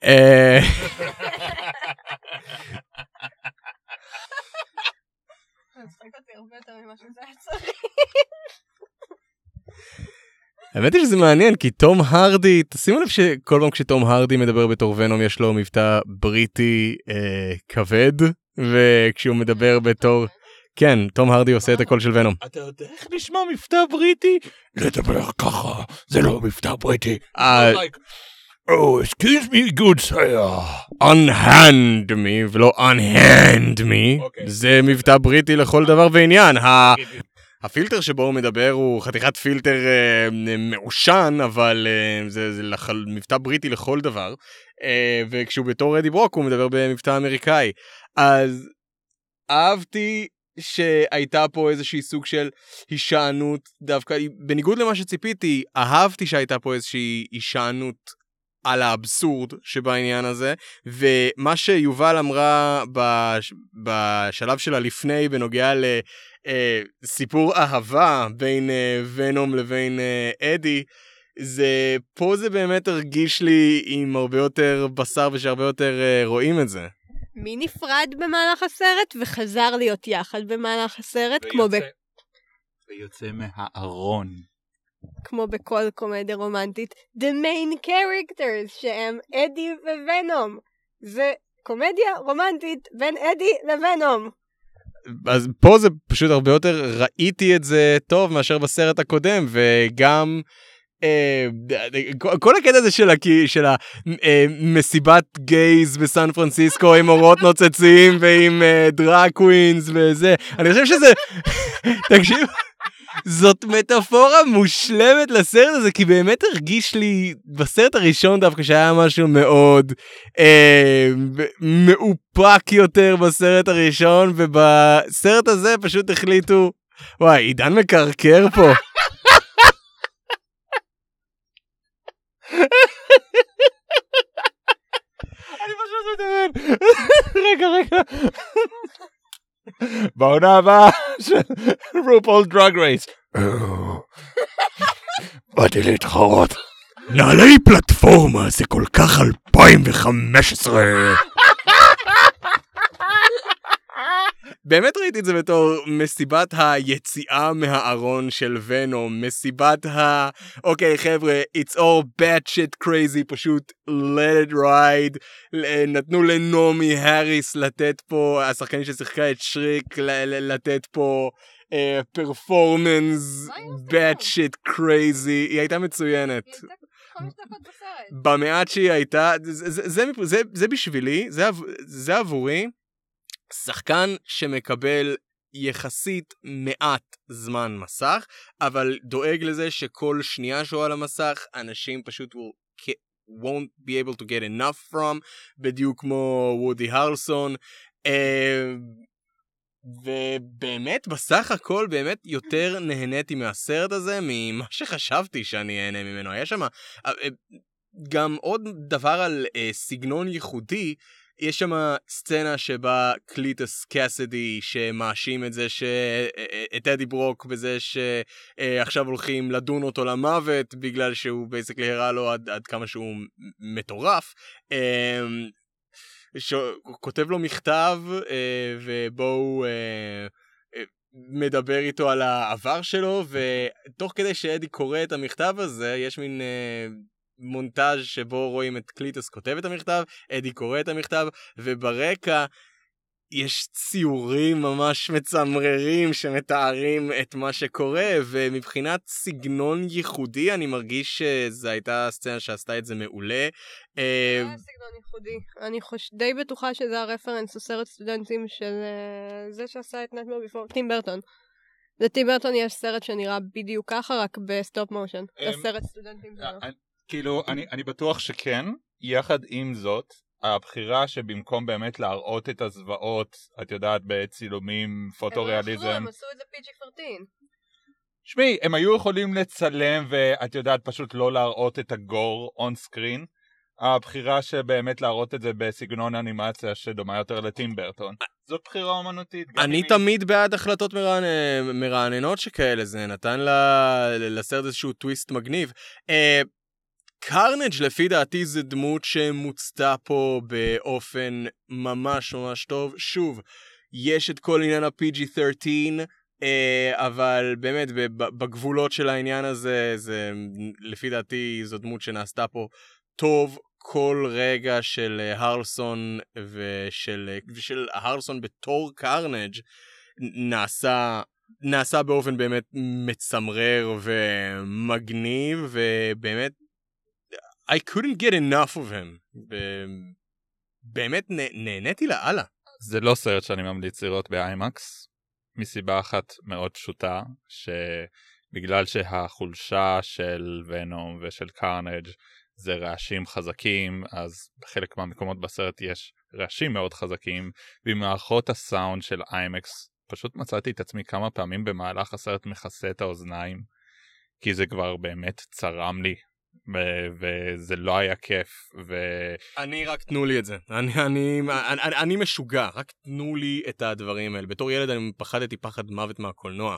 האמת היא שזה מעניין, כי תום הרדי, תשימו לב שכל פעם כשתום הרדי מדבר בתור ונום יש לו מבטא בריטי כבד, וכשהוא מדבר בתור, כן, תום הרדי עושה את הקול של ונום. אתה יודע איך נשמע מבטא בריטי? לדבר ככה, זה לא מבטא בריטי. Oh, excuse me, good sir. Unhand me, ולא unhand me. זה מבטא בריטי לכל דבר ועניין. הפילטר שבו הוא מדבר הוא חתיכת פילטר מעושן, אבל זה מבטא בריטי לכל דבר. וכשהוא בתור אדי ברוק הוא מדבר במבטא אמריקאי. אז אהבתי שהייתה פה איזושהי סוג של הישענות, דווקא בניגוד למה שציפיתי, אהבתי שהייתה פה איזושהי הישענות על האבסורד שבעניין הזה, ומה שיובל אמרה בשלב שלה לפני בנוגע לסיפור אהבה בין ונום לבין אדי, פה זה באמת הרגיש לי עם הרבה יותר בשר ושהרבה יותר רואים את זה. מי נפרד במהלך הסרט וחזר להיות יחד במהלך הסרט, ויוצא מהארון. כמו בכל קומדיה רומנטית, the main characters שהם אדי וונום. זה קומדיה רומנטית בין אדי לוונום. אז פה זה פשוט הרבה יותר, ראיתי את זה טוב מאשר בסרט הקודם, וגם כל הקטע הזה של המסיבת גייז בסן פרנסיסקו עם אורות נוצצים ועם דרג קווינס וזה, אני חושב שזה, תקשיב, זאת מטאפורה מושלמת לסרט הזה, כי באמת הרגיש לי בסרט הראשון דווקא שהיה משהו מאוד מאופק יותר בסרט הראשון, ובסרט הזה פשוט החליטו, וואי, עידן מקרקר פה. אני פשוט מדמיין. רגע. בעונה הבאה של רופול דרג רייס. באתי להתחרות. נעלי פלטפורמה, זה כל כך 2015. באמת ראיתי את זה בתור מסיבת היציאה מהארון של ונום, מסיבת אוקיי חבר'ה, it's all bad shit crazy, פשוט let it ride, נתנו לנומי הריס לתת פה, השחקנית ששיחקה את שריק, לתת פה פרפורמנס bad shit crazy, היא הייתה מצוינת. 5 דקות בסרט. במעט שהיא הייתה, זה בשבילי, זה עבורי, שחקן שמקבל יחסית מעט זמן מסך, אבל דואג לזה שכל שנייה שהוא על המסך, אנשים פשוט won't be able to get enough from, בדיוק כמו וודי הרלסון, ובאמת בסך הכל באמת יותר נהניתי מהסרט הזה ממה שחשבתי שאני אהנה ממנו. היה שם גם עוד דבר על סגנון ייחודי, יש שם סצנה שבה קליטוס קאסידי שמאשים את זה את אדי ברוק בזה שעכשיו הולכים לדון אותו למוות בגלל שהוא בייסקלי הראה לו עד כמה שהוא מטורף, כותב לו מכתב ובו הוא מדבר איתו על העבר שלו, ותוך כדי שאדי קורא את המכתב הזה יש מין מונטאז' שבו רואים את קליטוס כותב את המכתב, אדי קורא את המכתב, וברקע יש ציורים ממש מצמררים שמתארים את מה שקורה, ומבחינת סגנון ייחודי אני מרגיש שזו הייתה סצנה שעשתה את זה מעולה. זה היה סגנון ייחודי. אני די בטוחה שזה הרפרנס לסרט סטודנטים של זה שעשה את נטמר ביפור, טים ברטון. לטים ברטון יש סרט שנראה בדיוק ככה, רק בסטופ מושן. הסרט סטודנטים שלו. כאילו, אני בטוח שכן, יחד עם זאת, הבחירה שבמקום באמת להראות את הזוועות, את יודעת, בצילומים, פוטוריאליזם. הם עשו את זה PG-13. שמי, הם היו יכולים לצלם, ואת יודעת, פשוט לא להראות את הגור און סקרין. הבחירה שבאמת להראות את זה בסגנון אנימציה שדומה יותר לטים ברטון. זו בחירה אומנותית. אני תמיד בעד החלטות מרעננות שכאלה, זה נתן לסרט איזשהו טוויסט מגניב. קרנג' לפי דעתי זה דמות שמוצתה פה באופן ממש ממש טוב. שוב, יש את כל עניין ה-PG-13, אבל באמת בגבולות של העניין הזה, לפי דעתי זו דמות שנעשתה פה טוב. כל רגע של הרלסון ושל הרלסון בתור קרנג' נעשה באופן באמת מצמרר ומגניב, ובאמת I couldn't get enough of him. באמת נהניתי לאללה. זה לא סרט שאני ממליץ לראות באיימקס, מסיבה אחת מאוד פשוטה, שבגלל שהחולשה של ונום ושל קרנג' זה רעשים חזקים, אז בחלק מהמקומות בסרט יש רעשים מאוד חזקים, במערכות הסאונד של איימקס פשוט מצאתי את עצמי כמה פעמים במהלך הסרט מכסה את האוזניים, כי זה כבר באמת צרם לי. וזה לא היה כיף. אני רק תנו לי את זה. אני משוגע, רק תנו לי את הדברים האלה. בתור ילד אני פחדתי פחד מוות מהקולנוע.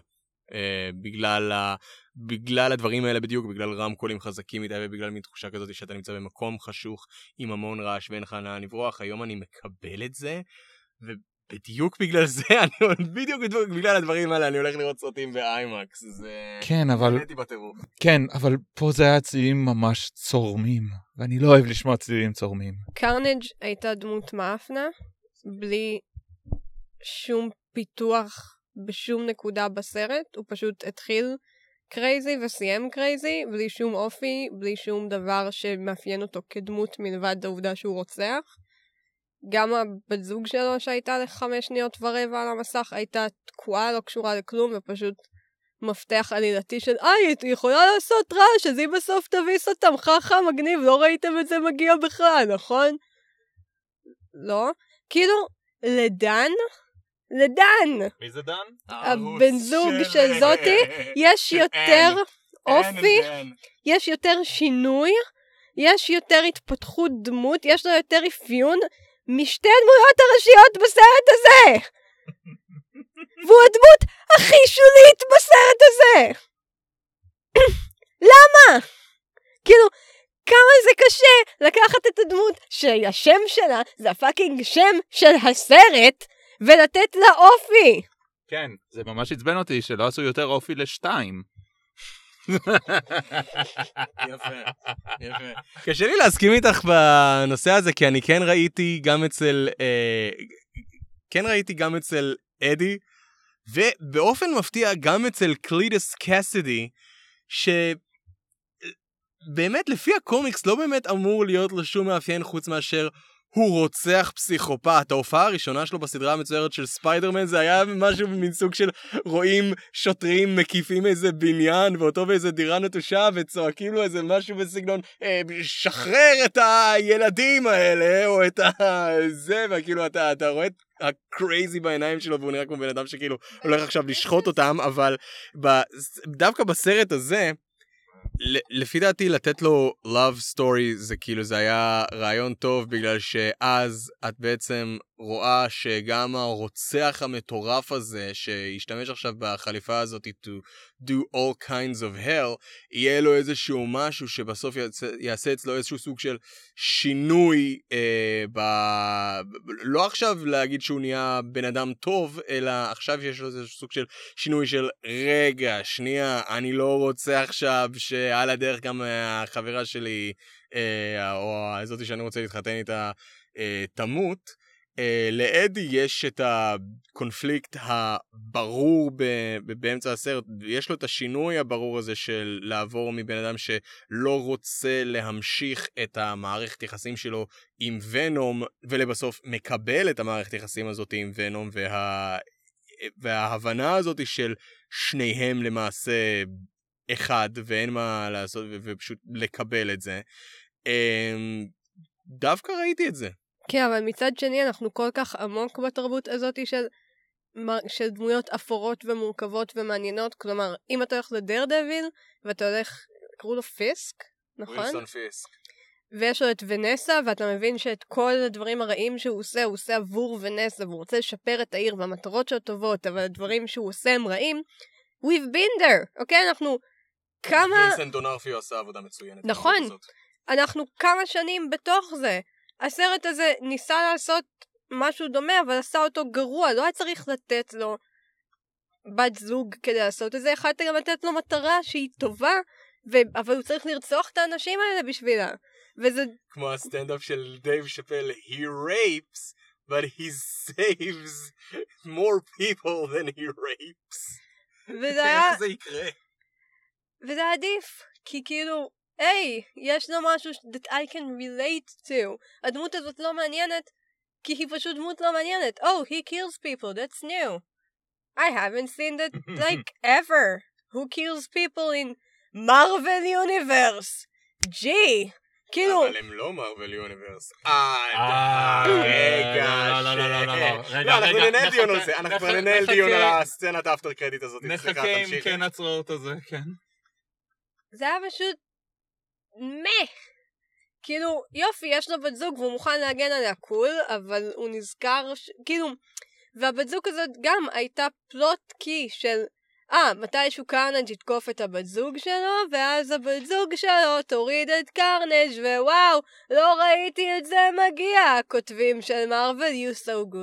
בגלל הדברים האלה בדיוק, בגלל רמקולים חזקים מדי ובגלל מין תחושה כזאת שאתה נמצא במקום חשוך עם המון רעש ואין לך לאן לברוח. היום אני מקבל את זה, בדיוק בגלל זה, בדיוק בגלל הדברים האלה, אני הולך לראות סרטים באיימקס, זה... כן, אבל... נהניתי בטירוף. כן, אבל פה זה היה צלילים ממש צורמים, ואני לא אוהב לשמוע צלילים צורמים. קרנג' הייתה דמות מאפנה, בלי שום פיתוח בשום נקודה בסרט, הוא פשוט התחיל קרייזי וסיים קרייזי, בלי שום אופי, בלי שום דבר שמאפיין אותו כדמות מלבד העובדה שהוא רוצח. גם הבת זוג שלו שהייתה ל5 שניות ורבע על המסך הייתה תקועה, לא קשורה לכלום, ופשוט מפתח עלילתי של היא יכולה לעשות רעש, אז היא בסוף תביס אותם, חכה מגניב, לא ראיתם את זה מגיע בכלל, נכון? לא? כאילו, לדן, מי זה דן? הבן זוג של זאתי, יש יותר אופי, יש יותר שינוי, יש יותר התפתחות דמות, יש לו יותר אפיון משתי הדמויות הראשיות בסרט הזה. והוא הדמות הכי שולית בסרט הזה. למה? כאילו, כמה זה קשה לקחת את הדמות שהשם שלה זה הפאקינג שם של הסרט ולתת לה אופי. כן, זה ממש עצבן אותי שלא עשו יותר אופי ל2. יפה. קשה לי להסכים איתך בנושא הזה, כי אני כן ראיתי גם אצל אדי, ובאופן מפתיע גם אצל קליטוס קאסידי, שבאמת לפי הקומיקס לא באמת אמור להיות לו שום מאפיין חוץ מאשר הוא רוצח פסיכופת. ההופעה הראשונה שלו בסדרה המצוירת של ספיידרמן זה היה משהו מן סוג של רואים שוטרים מקיפים איזה בניין ואותו באיזה דירה נטושה וצועקים לו איזה משהו בסגנון שחרר את הילדים האלה או את זה, וכאילו אתה רואה את הקרייזי בעיניים שלו והוא נראה כמו בן אדם שכאילו הולך עכשיו לשחוט אותם, אבל דווקא בסרט הזה לפי דעתי לתת לו love story זה כאילו זה היה רעיון טוב, בגלל שאז את בעצם רואה שגם הרוצח המטורף הזה שישתמש עכשיו בחליפה הזאת to do all kinds of hell, יהיה לו איזשהו משהו שבסוף יעשה אצלו איזשהו סוג של שינוי, לא עכשיו להגיד שהוא נהיה בן אדם טוב, אלא עכשיו יש לו איזשהו סוג של שינוי של רגע, שנייה, אני לא רוצה עכשיו שעל הדרך גם החברה שלי, או הזאת שאני רוצה להתחתן איתה, תמות. לאדי יש את הקונפליקט הברור באמצע הסרט, יש לו את השינוי הברור הזה של לעבור מבן אדם שלא רוצה להמשיך את המערכת יחסים שלו עם ונום, ולבסוף מקבל את המערכת יחסים הזאת עם ונום, וההבנה הזאת של שניהם למעשה אחד ואין מה לעשות ופשוט לקבל את זה. דווקא ראיתי את זה. כן, אבל מצד שני אנחנו כל כך עמוק בתרבות הזאת של דמויות אפורות ומורכבות ומעניינות. כלומר, אם אתה הולך לדרדוויל ואתה הולך, קראו לו פיסק, נכון? ווילסון פיסק. ויש לו את ונסה, ואתה מבין שאת כל הדברים הרעים שהוא עושה עבור ונסה, והוא רוצה לשפר את העיר והמטרות שלו טובות, אבל הדברים שהוא עושה הם רעים. We've been there, אוקיי? אנחנו כמה... וינסנט דונרפיו עשה עבודה מצוינת. נכון. אנחנו כמה שנים בתוך זה. הסרט הזה ניסה לעשות משהו דומה, אבל עשה אותו גרוע. לא היה צריך לתת לו בת זוג כדי לעשות את זה. יכולת גם לתת לו מטרה שהיא טובה, אבל הוא צריך לרצוח את האנשים האלה בשבילה. וזה... כמו הסטנדאפ של דייב שאפל, he rapes, but he saves more people than he rapes. וזה היה... איך זה יקרה? וזה עדיף, כי כאילו... היי, יש לו משהו that I can relate to. הדמות הזאת לא מעניינת, כי היא פשוט דמות לא מעניינת. Oh, he kills people, that's new. I haven't seen that, like, ever. Who kills people in Marvel Universe? Gee, כאילו... אבל הם לא Marvel Universe. רגע, אנחנו ננהל דיון על זה. אנחנו ננהל דיון על הסצנת האפטר קרדיט הזאת. נחכה עם כן הצרעות הזה, כן. זה היה פשוט... כאילו, יופי, יש לו בת זוג והוא מוכן להגן עליה קול, אבל הוא נזכר, כאילו, והבת זוג הזאת גם הייתה פלוט קי של, מתישהו קרנג' יתקוף את הבת זוג שלו, ואז הבת זוג שלו תוריד את קרנג' ווואו, לא ראיתי את זה מגיע, הכותבים של מארוול, you so good.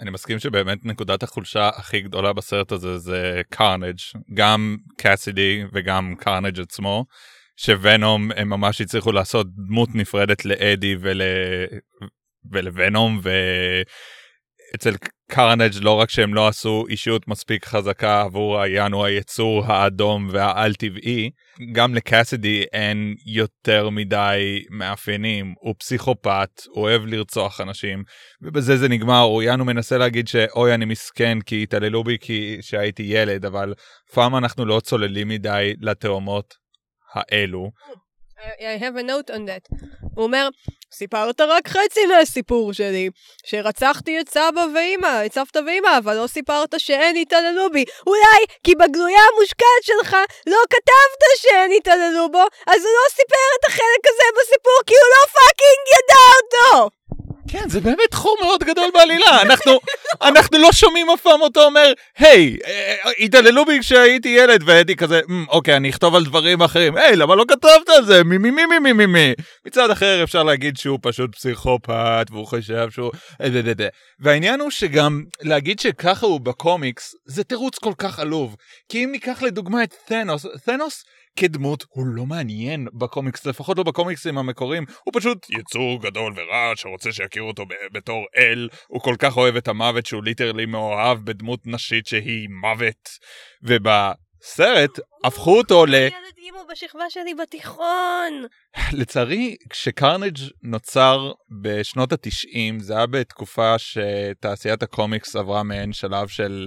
אני מסכים שבאמת נקודת החולשה הכי גדולה בסרט הזה זה קרנג', גם קאסידי וגם קרנג' עצמו, שוונום הם ממש הצליחו לעשות דמות נפרדת לאדי ולוונום, ואצל קרנג' לא רק שהם לא עשו אישיות מספיק חזקה עבור העניין היצור האדום והעל טבעי, גם לקאסידי אין יותר מדי מאפיינים, הוא פסיכופת, הוא אוהב לרצוח אנשים, ובזה זה נגמר, הוא יאנו מנסה להגיד שאוי אני מסכן כי התעללו בי כי שהייתי ילד, אבל פעם אנחנו לא צוללים מדי לתאומות האלו. I have a note on that. הוא אומר, סיפרת רק חצי מהסיפור שלי, שרצחתי את סבא ואמא, את סבתא ואמא, אבל לא סיפרת שאין התעללו בי. אולי כי בגלויה המושקעת שלך לא כתבת שאין התעללו בו, אז הוא לא סיפר את החלק הזה בסיפור, כי הוא לא פאקינג ידע אותו. כן, זה באמת חור מאוד גדול בעלילה. אנחנו לא שומעים אף פעם אותו אומר, היי, התעללו בי כשהייתי ילד, והייתי כזה, אוקיי, אני אכתוב על דברים אחרים. היי, למה לא כתבת על זה? מי. מצד אחר אפשר להגיד שהוא פשוט פסיכופת, והוא חושב שהוא... והעניין הוא שגם להגיד שככה הוא בקומיקס, זה תירוץ כל כך עלוב. כי אם ניקח לדוגמה את ת'נוס כדמות הוא לא מעניין בקומיקס, לפחות לא בקומיקסים המקוריים, הוא פשוט יצור גדול ורע שרוצה שיכירו אותו בתור אל, הוא כל כך אוהב את המוות שהוא ליטרלי מאוהב בדמות נשית שהיא מוות, ובסרט הפכו אותו ילד אימו בשכבה שלי בתיכון. לצערי, כשקרנג' נוצר בשנות ה-90, זה היה בתקופה שתעשיית הקומיקס עברה מעין שלב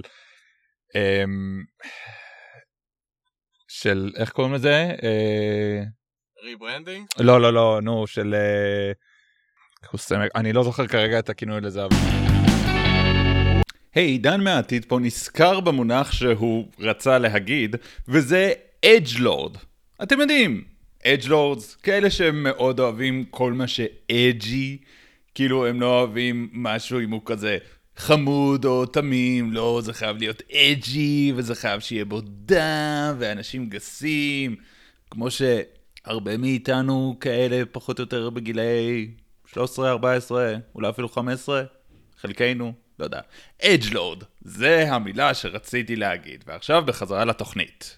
של, איך קוראים לזה? ריברנדינג? לא, נו, של... אני לא זוכר כרגע את הכינוי לזה. היי, דן מהעתיד פה נזכר במונח שהוא רצה להגיד, וזה אדג'לורד. אתם יודעים, אדג'לורדס, כאלה שהם מאוד אוהבים כל מה שאג'י, כאילו הם לא אוהבים משהו אם הוא כזה... חמוד או תמים, לא, זה חייב להיות אג'י, וזה חייב שיהיה בו דם, ואנשים גסים, כמו שהרבה מאיתנו כאלה פחות או יותר בגילי 13, 14, אולי אפילו 15, חלקנו, לא יודע. אדג'לורד, זה המילה שרציתי להגיד, ועכשיו בחזרה לתוכנית.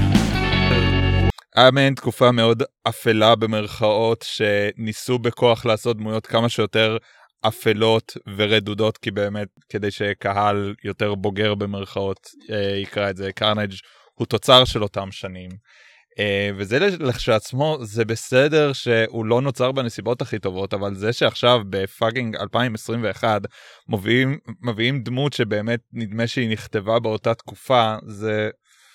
היה מעין תקופה מאוד אפלה במרכאות, שניסו בכוח לעשות דמויות כמה שיותר אפלות ורדודות, כי באמת, כדי שקהל יותר בוגר במרכאות יקרא את זה, קרנג' הוא תוצר של אותם שנים. וזה לכשעצמו, זה בסדר שהוא לא נוצר בנסיבות הכי טובות, אבל זה שעכשיו בפאגינג 2021 מביאים דמות שבאמת נדמה שהיא נכתבה באותה תקופה, זה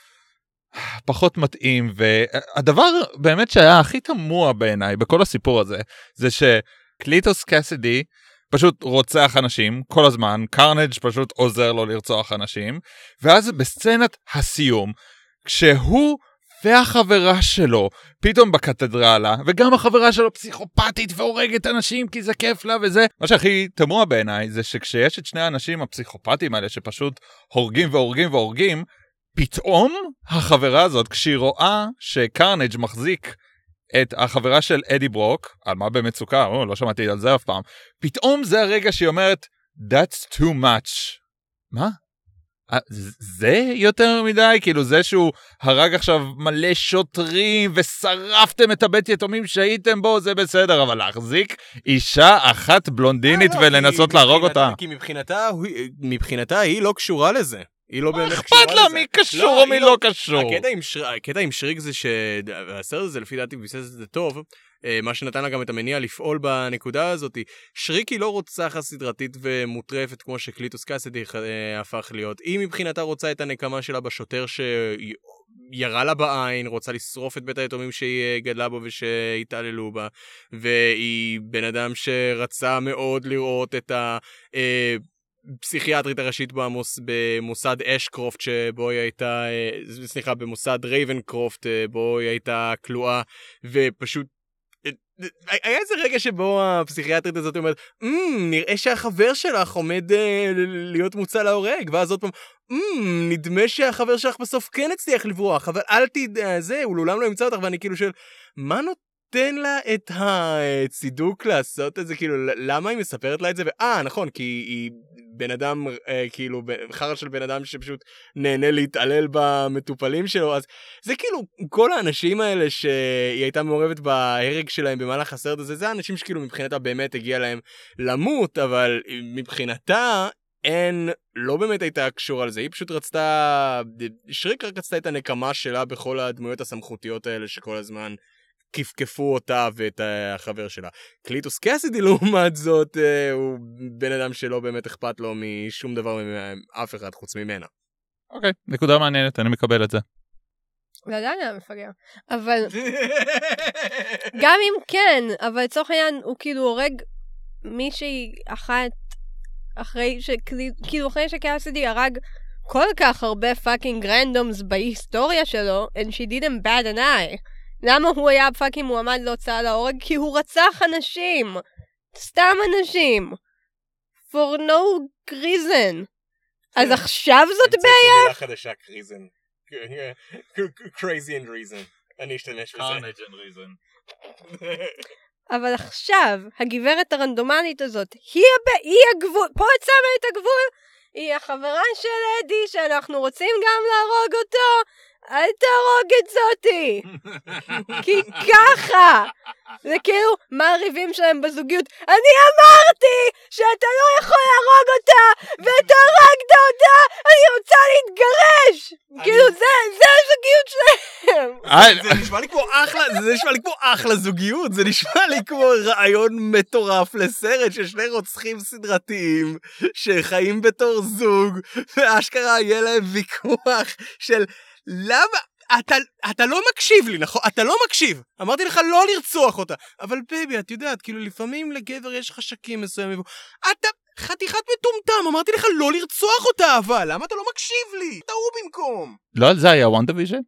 פחות מתאים, והדבר באמת שהיה הכי תמוה בעיניי בכל הסיפור הזה, זה שקליטוס קאסידי פשוט רוצח אנשים כל הזמן, קרנג' פשוט עוזר לו לרצוח אנשים, ואז בסצנת הסיום, כשהוא והחברה שלו פתאום בקתדרלה, וגם החברה שלו פסיכופתית והורגת אנשים כי זה כיף לה וזה, מה שהכי תמוה בעיניי זה שכשיש את שני האנשים הפסיכופתיים האלה שפשוט הורגים, פתאום החברה הזאת, כשהיא רואה שקרנג' מחזיק את החברה של אדי ברוק, על מה במצוקה, לא שמעתי על זה אף פעם, פתאום זה הרגע שהיא אומרת, that's too much. מה? זה יותר מדי? כאילו זה שהוא הרג עכשיו מלא שוטרים ושרפתם את הבית יתומים שהייתם בו, זה בסדר, אבל להחזיק אישה אחת בלונדינית ולנסות להרוג אותה. כי מבחינתה היא לא קשורה לזה. היא לא באמת קשורה לזה. אכפת לה מי קשור או מי לא קשור. הקטע עם שריק זה שהסרט הזה לפי דעתי ביסס את זה טוב, מה שנתן לה גם את המניע לפעול בנקודה הזאת. שריק היא לא רוצחת סדרתית ומוטרפת כמו שקליטוס קאסידי הפך להיות. היא מבחינתה רוצה את הנקמה שלה בשוטר שירה לה בעין, רוצה לשרוף את בית היתומים שהיא גדלה בו ושהתעללו בה, והיא בן אדם שרצה מאוד לראות את פסיכיאטרית הראשית במוסד אשקרופט שבו היא הייתה, במוסד רייבנקרופט בו היא הייתה כלואה, ופשוט היה איזה רגע שבו הפסיכיאטרית הזאת אומרת, נראה שהחבר שלך עומד להיות מוצא להורג, ואז עוד פעם, נדמה שהחבר שלך בסוף כן הצליח לברוח, אבל אל תדע זה, הוא לעולם לא ימצא אותך, ואני כאילו של, מה נותן לה את הצידוק לעשות את זה, כאילו, למה היא מספרת לה את זה? נכון, כי היא בן אדם, כאילו, חרא של בן אדם שפשוט נהנה להתעלל במטופלים שלו, אז זה כאילו, כל האנשים האלה שהיא הייתה מעורבת בהרג שלהם במהלך הסרט הזה, זה האנשים שכאילו מבחינתה באמת הגיע להם למות, אבל מבחינתה לא באמת הייתה קשור על זה, היא פשוט רצתה, שריק רק רצתה את הנקמה שלה בכל הדמויות הסמכותיות האלה שכל הזמן כפכפו אותה ואת החבר שלה. קליטוס קסידי לעומת זאת, הוא בן אדם שלא באמת אכפת לו משום דבר מאף אחד חוץ ממנה. אוקיי, נקודה מעניינת, אני מקבל את זה. ועדיין היה מפגר. אבל גם אם כן, אבל לצורך העניין הוא כאילו הורג מישהי אחת אחרי שקסידי הרג כל כך הרבה פאקינג רנדומס בהיסטוריה שלו, and she didn't bat an eye. למה הוא היה פאקינג מועמד להוצאה להורג? כי הוא רצח אנשים. סתם אנשים. For no reason. אז עכשיו זאת בעיה? מילה חדשה, reason. Crazy and reason. אני אשתנש בזה. Carnage and reason. אבל עכשיו, הגברת הרנדומלית הזאת, היא הגבול, פה את שמה את הגבול, היא החברה של אדי, שאנחנו רוצים גם להרוג אותו, אל תהרוג את זאתי. כי ככה. זה כאילו, מה הריבים שלהם בזוגיות? אני אמרתי שאתה לא יכול להרוג אותה, ואתה הרגת אותה, אני רוצה להתגרש. כאילו, זה הזוגיות שלהם. זה נשמע לי כמו אחלה זוגיות, זה נשמע לי כמו רעיון מטורף לסרט של שני רוצחים סדרתיים שחיים בתור זוג, ואשכרה יהיה להם ויכוח של למה? אתה לא מקשיב לי, נכון? אתה לא מקשיב. אמרתי לך לא לרצוח אותה. אבל בייבי, את יודעת, כאילו לפעמים לגבר יש חשקים מסוימים. אתה חתיכת מטומטם, אמרתי לך לא לרצוח אותה, אבל למה אתה לא מקשיב לי? אתה הוא במקום. לא על זה היה וונדוויז'ן?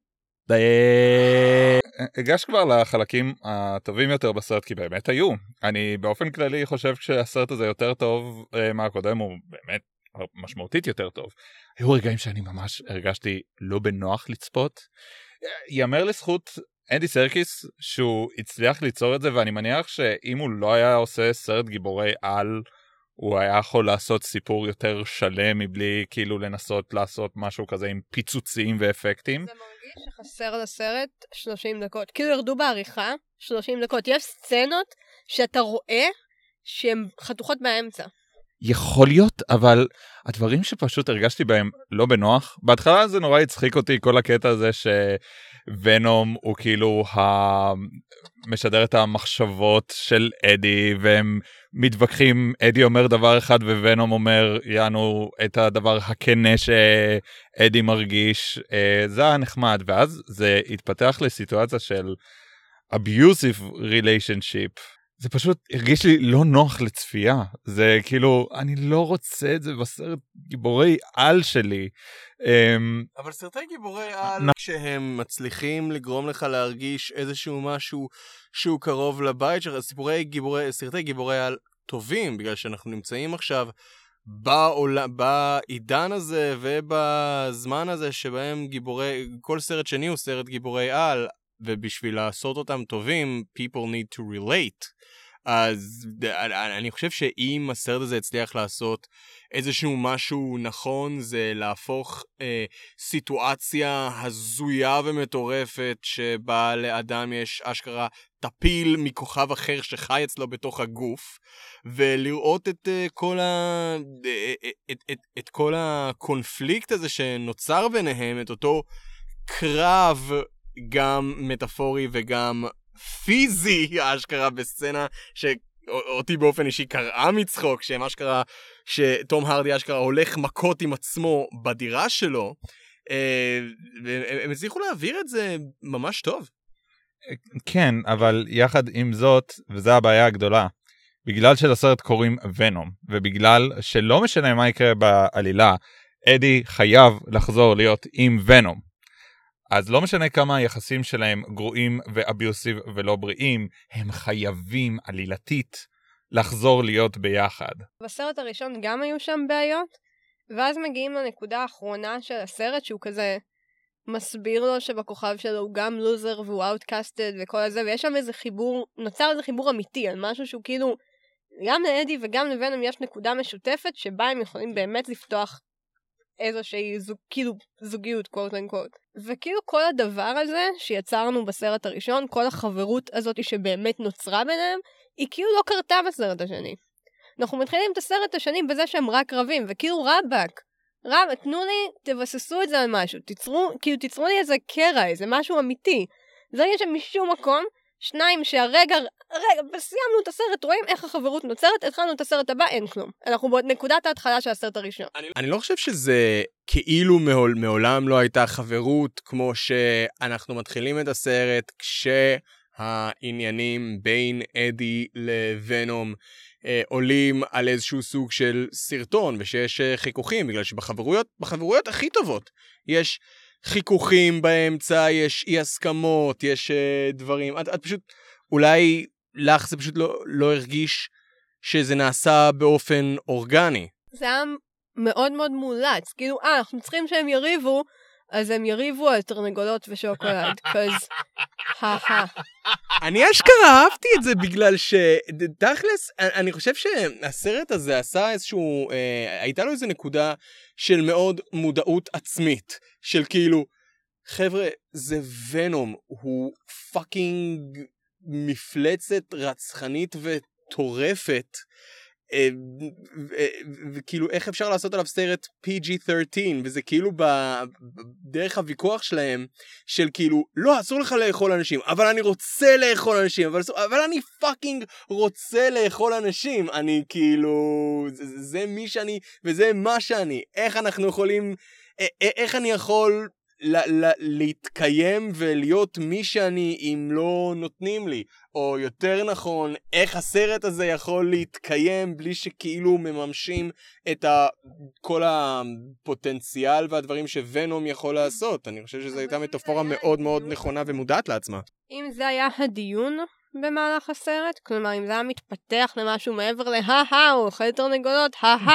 הגש כבר לחלקים הטובים יותר בסרט, כי באמת היו. אני באופן כללי חושב שהסרט הזה יותר טוב מהקודם, הוא באמת משמעותית יותר טוב. היו רגעים שאני ממש הרגשתי לא בנוח לצפות. יאמר לזכות אנדי סרקיס שהוא הצליח ליצור את זה, ואני מניח שאם הוא לא היה עושה סרט גיבורי על, הוא היה יכול לעשות סיפור יותר שלם מבלי כאילו לנסות לעשות משהו כזה עם פיצוצים ואפקטים. זה מרגיש שחסר לסרט 30 דקות. כאילו ירדו בעריכה 30 דקות. יש סצנות שאתה רואה שהן חתוכות באמצע. יכול להיות, אבל הדברים שפשוט הרגשתי בהם לא בנוח, בהתחלה זה נורא הצחיק אותי כל הקטע הזה שוונום הוא כאילו משדר את המחשבות של אדי, והם מתווכחים, אדי אומר דבר אחד וונום אומר יענו את הדבר הכנה שאדי מרגיש, זה היה נחמד, ואז זה התפתח לסיטואציה של abusive relationship. זה פשוט הרגיש לי לא נוח לצפייה, זה כאילו, אני לא רוצה את זה בסרט גיבורי על שלי. אבל סרטי גיבורי על, כשהם מצליחים לגרום לך להרגיש איזשהו משהו שהוא קרוב לבית שלך, סרטי גיבורי על טובים, בגלל שאנחנו נמצאים עכשיו בעידן הזה ובזמן הזה שבהם כל סרט שני הוא סרט גיבורי על, ובשביל לעשות אותם טובים, people need to relate. אז אני חושב שאם הסרט הזה הצליח לעשות איזשהו משהו נכון, זה להפוך סיטואציה הזויה ומטורפת שבה לאדם יש אשכרה טפיל מכוכב אחר שחי אצלו בתוך הגוף, ולראות את כל הקונפליקט הזה שנוצר ביניהם, את אותו קרב גם מטאפורי וגם פיזי, אשכרה בסצנה שאותי באופן אישי קראה מצחוק, שהם אשכרה, שתום הרדי אשכרה הולך מכות עם עצמו בדירה שלו, הם הצליחו להעביר את זה ממש טוב. כן, אבל יחד עם זאת, וזו הבעיה הגדולה, בגלל שלסרט קוראים ונום, ובגלל שלא משנה מה יקרה בעלילה, אדי חייב לחזור להיות עם ונום. אז לא משנה כמה היחסים שלהם גרועים ואביוסיב ולא בריאים, הם חייבים עלילתית לחזור להיות ביחד. בסרט הראשון גם היו שם בעיות, ואז מגיעים לנקודה האחרונה של הסרט שהוא כזה מסביר לו שבכוכב שלו הוא גם לוזר והוא אאוטקאסטד וכל הזה, ויש שם איזה חיבור, נוצר איזה חיבור אמיתי על משהו שהוא כאילו, גם לאדי וגם לוונום יש נקודה משותפת שבה הם יכולים באמת לפתוח איזושהי כאילו זוגיות, quote unquote. וכאילו כל הדבר הזה שיצרנו בסרט הראשון, כל החברות הזאת שבאמת נוצרה ביניהם, היא כאילו לא קרתה בסרט השני. אנחנו מתחילים את הסרט השני בזה שהם רק רבים, וכאילו תנו לי, תבססו את זה על משהו, תיצרו לי איזה קרע, איזה משהו אמיתי. זה יש שם משום מקום, שניים שהרגע, סיימנו את הסרט, רואים איך החברות נוצרת, התחלנו את הסרט הבא, אין כלום. אנחנו בנקודת ההתחלה של הסרט הראשון. אני לא חושב שזה כאילו מעולם לא הייתה חברות, כמו שאנחנו מתחילים את הסרט, כשהעניינים בין אדי לוונום עולים על איזשהו סוג של סרטון, ושיש חיכוכים, בגלל שבחברויות הכי טובות יש חיכוכים באמצע, יש אי הסכמות, יש דברים, את פשוט, אולי לך זה פשוט לא הרגיש שזה נעשה באופן אורגני. זה היה מאוד מאוד מולץ, כאילו, אנחנו צריכים שהם יריבו, אז הם יריבו על תרנגולות ושוקולד, cause, אני אשכרה אהבתי את זה בגלל שתכלס, אני חושב שהסרט הזה עשה איזשהו, הייתה לו איזו נקודה של מאוד מודעות עצמית, של כאילו, חבר'ה, זה ונום, הוא פאקינג מפלצת רצחנית וטורפת, וכאילו איך אפשר לעשות עליו סרט PG-13, וזה כאילו בדרך הוויכוח שלהם של כאילו לא, אסור לך לאכול אנשים, אבל אני רוצה לאכול אנשים, אבל אני פאקינג רוצה לאכול אנשים, אני כאילו זה מי שאני וזה מה שאני, איך אנחנו יכולים, איך אני יכול להתקיים ולהיות מי שאני אם לא נותנים לי, או יותר נכון, איך הסרט הזה יכול להתקיים בלי שכאילו מממשים את כל הפוטנציאל והדברים שוונום יכול לעשות. אני חושב שזו הייתה מטאפורה מאוד מאוד נכונה ומודעת לעצמה. אם זה היה הדיון במהלך הסרט, כלומר אם זה היה מתפתח למשהו מעבר הוא אוכל תרנגולות,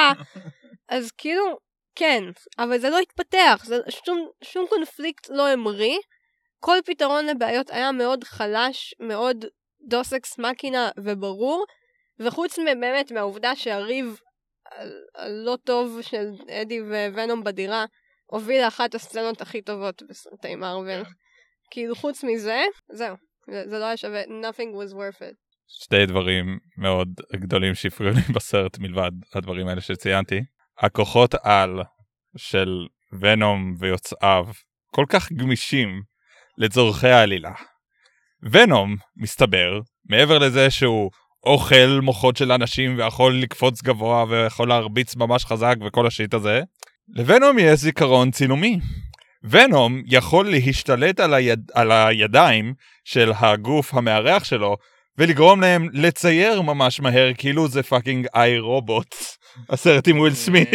אז כאילו כן, אבל זה לא התפתח, זה שום קונפליקט לא אמרי, כל פתרון לבעיות היה מאוד חלש, מאוד דוס אקס מקינה וברור, וחוץ באמת מהעובדה שהריב הלא טוב של אדי וונום בדירה, הוביל לאחת הסצנות הכי טובות בסרטי מארוול. כאילו חוץ מזה, זהו, זה לא היה שווה, nothing was worth it. שתי דברים מאוד גדולים שהפריעו לי בסרט מלבד הדברים האלה שציינתי. הכוחות על של ונום ויוצאיו כל כך גמישים לצורכי העלילה. ונום, מסתבר, מעבר לזה שהוא אוכל מוחות של אנשים ויכול לקפוץ גבוה ויכול להרביץ ממש חזק וכל השיט הזה, לוונום יש זיכרון צילומי. ונום יכול להשתלט על הידיים של הגוף המארח שלו ולגרום להם לצייר ממש מהר כאילו זה פאקינג איי רובוט. הסרט עם וויל סמית.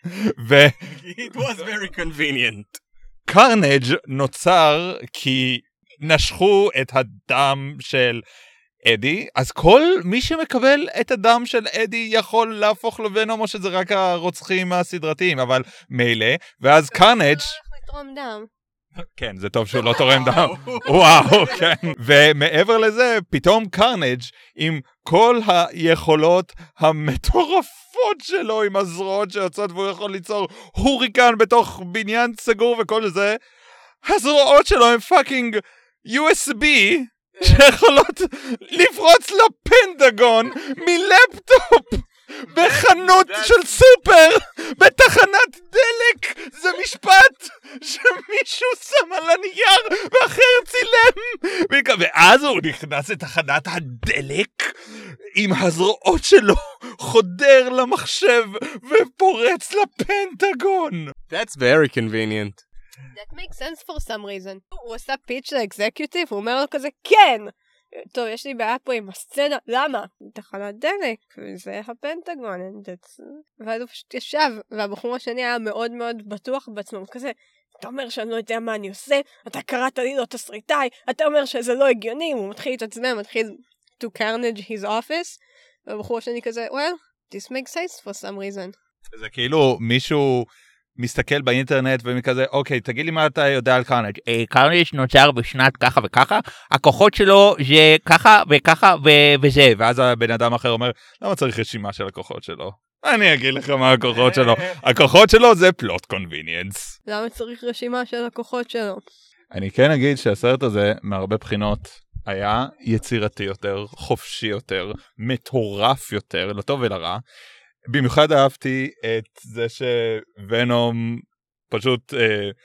It was very convenient. קרנג' נוצר כי נשכו את הדם של אדי, אז כל מי שמקבל את הדם של אדי יכול להפוך לוונום, או שזה רק הרוצחים הסדרתיים, אבל מילא, ואז קרנג' לתרום דם. כן, זה טוב שהוא לא תורם דם. וואו, כן. ומעבר לזה, פתאום קרנג' עם כל היכולות המטורפות שלו, עם הזרועות שיוצאות, והוא יכול ליצור הוריקן בתוך בניין סגור וכל זה, הזרועות שלו הם פאקינג USB, שיכולות לפרוץ לפנטגון מלפטופ בחנות של סופר בתחנת דלק. זה משפט שמישהו שם על הנייר ואחר צילם, ואז הוא נכנס לתחנת הדלק עם הזרועות שלו, חודר למחשב ופורץ לפנטגון. That's very convenient. That makes sense for some reason. הוא עושה פיץ' לאקזקיוטיב, הוא אומר לו כזה, כן! טוב, יש לי בעיה פה עם הסצנה, למה? תחנת דלק, וזה הפנטגון, ואז הוא פשוט ישב, והבחור השני היה מאוד מאוד בטוח בעצמו, כזה, אתה אומר שאני לא יודע מה אני עושה, אתה קראת לי לא תסריטאי, אתה אומר שזה לא הגיוני, הוא מתחיל להתעצבן, מתחיל to carnage his office, והבחור השני כזה, well, this makes sense for some reason. זה כאילו מישהו מסתכל באינטרנט ומכזה, אוקיי, תגיד לי מה אתה יודע על קרנג'. קרנג' נוצר בשנת ככה וככה, הכוחות שלו זה ככה וככה וזה. ואז הבן אדם אחר אומר, למה צריך רשימה של הכוחות שלו? אני אגיד לך מה הכוחות שלו. הכוחות שלו זה פלוט קונביניאנס. למה צריך רשימה של הכוחות שלו? אני כן אגיד שהסרט הזה, מהרבה בחינות, היה יצירתי יותר, חופשי יותר, מטורף יותר, לטוב ולרע. במיוחד אהבתי את זה שוונום פשוט,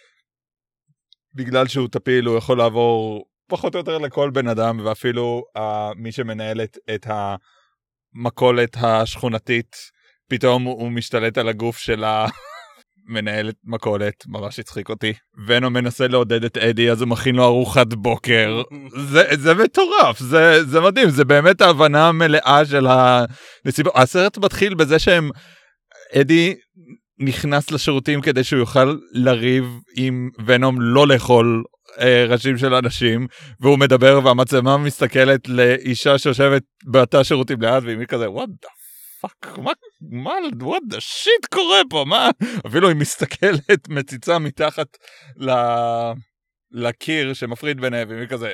בגלל שהוא טפיל, הוא יכול לעבור פחות או יותר לכל בן אדם, ואפילו מי שמנהלת את המקולת השכונתית, פתאום הוא משתלט על הגוף של מנהלת מקולת, ממש הצחיק אותי. ונום מנסה לעודד את אדי, אז הוא מכין לו ארוחת בוקר. זה מטורף, זה מדהים, זה באמת ההבנה המלאה של הנסיבות. הסרט מתחיל בזה שהם, אדי נכנס לשירותים כדי שהוא יוכל לריב עם ונום לא לאכול ראשים של אנשים, והוא מדבר והמצלמה מסתכלת לאישה שיושבת בתא שירותים ליד, והיא כזה, what the fuck, מה, what the shit קורה פה, מה? אפילו היא מסתכלת מציצה מתחת לקיר שמפריד ביניהם, והיא כזה,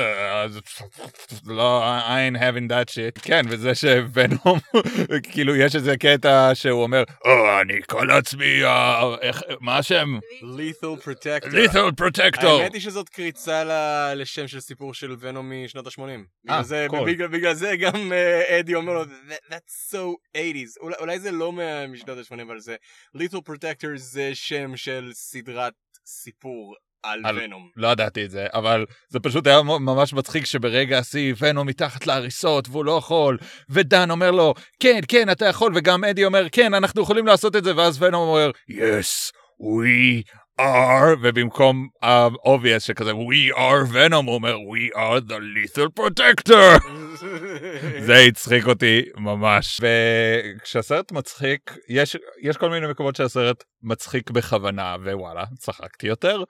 לא, I ain't having that shit. כן, וזה שוונום, כאילו יש איזה קטע שהוא אומר, אני כל עצמי, מה השם? Lethal Protector. Lethal Protector. האמת היא שזאת קריצה לשם של סיפור של ונום משנות ה-80. בגלל זה גם אדי אומר לו, that's so 80s. אולי זה לא משנות ה-80, אבל זה Lethal Protector זה שם של סדרת סיפור. על ונום. לא ידעתי את זה, אבל זה פשוט היה ממש מצחיק שברגע השיא ונום מתחת להריסות והוא לא יכול, ודן אומר לו, כן, כן, אתה יכול, וגם אדי אומר, כן, אנחנו יכולים לעשות את זה, ואז ונום אומר, yes, we are, ובמקום obvious שכזה, we are ונום, הוא אומר, we are the lethal protector. זה הצחיק אותי ממש. וכשהסרט מצחיק, יש כל מיני מקומות שהסרט מצחיק בכוונה, ווואלה, צחקתי יותר.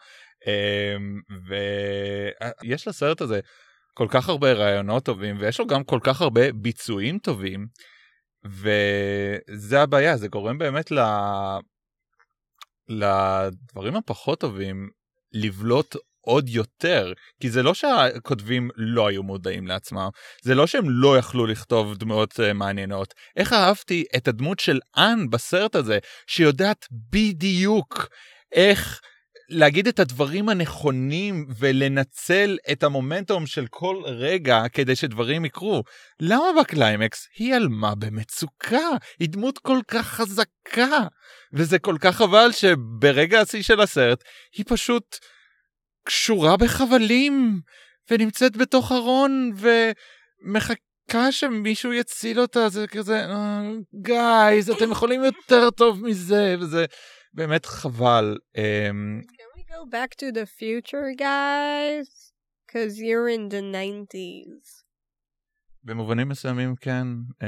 ויש לסרט הזה כל כך הרבה רעיונות טובים, ויש לו גם כל כך הרבה ביצועים טובים, וזה הבעיה, זה גורם באמת לדברים הפחות טובים לבלוט עוד יותר, כי זה לא שהכותבים לא היו מודעים לעצמם, זה לא שהם לא יכלו לכתוב דמויות מעניינות. איך אהבתי את הדמות של אן בסרט הזה, שיודעת בדיוק איך להגיד את הדברים הנכונים ולנצל את המומנטום של כל רגע כדי שדברים יקרו. למה בקליימקס היא עלמה במצוקה? היא דמות כל כך חזקה, וזה כל כך חבל שברגע השיא של הסרט היא פשוט קשורה בחבלים ונמצאת בתוך ארון ומחכה שמישהו יציל אותה. זה כזה, גייז, אתם יכולים יותר טוב מזה, וזה באמת חבל. Go back to the future, guys, because you're in the 90s. במובנים מסוימים, כן.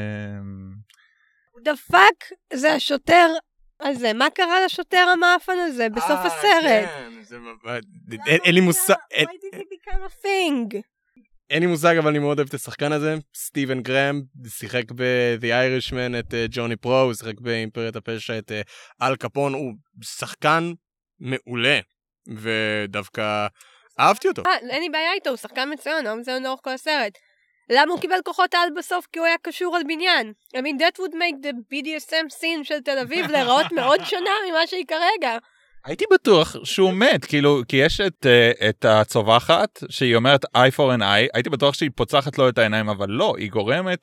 The fuck זה השוטר הזה, מה קרה לשוטר המאפן הזה בסוף הסרט? אין לי מושג. Why did he become a thing? אין לי מושג, אבל אני מאוד אוהב את השחקן הזה. סטיבן גרם שיחק ב-The Irishman את ג'וני פרו, הוא שיחק באימפריית הפשע את אל קפון, הוא שחקן מעולה. ודווקא אהבתי אותו. אין לי בעיה איתו, הוא שחקן מצוין, הוא מצוין לאורך כל הסרט. למה הוא קיבל כוחות על בסוף? כי הוא היה קשור על בניין. I mean, that would make the BDSM scene של תל אביב להיראות מאוד שונה ממה שהיא כרגע. הייתי בטוח שהוא מת, כאילו, כי יש את הצובחת שהיא אומרת eye for an eye, הייתי בטוח שהיא פוצחת לו את העיניים, אבל לא, היא גורמת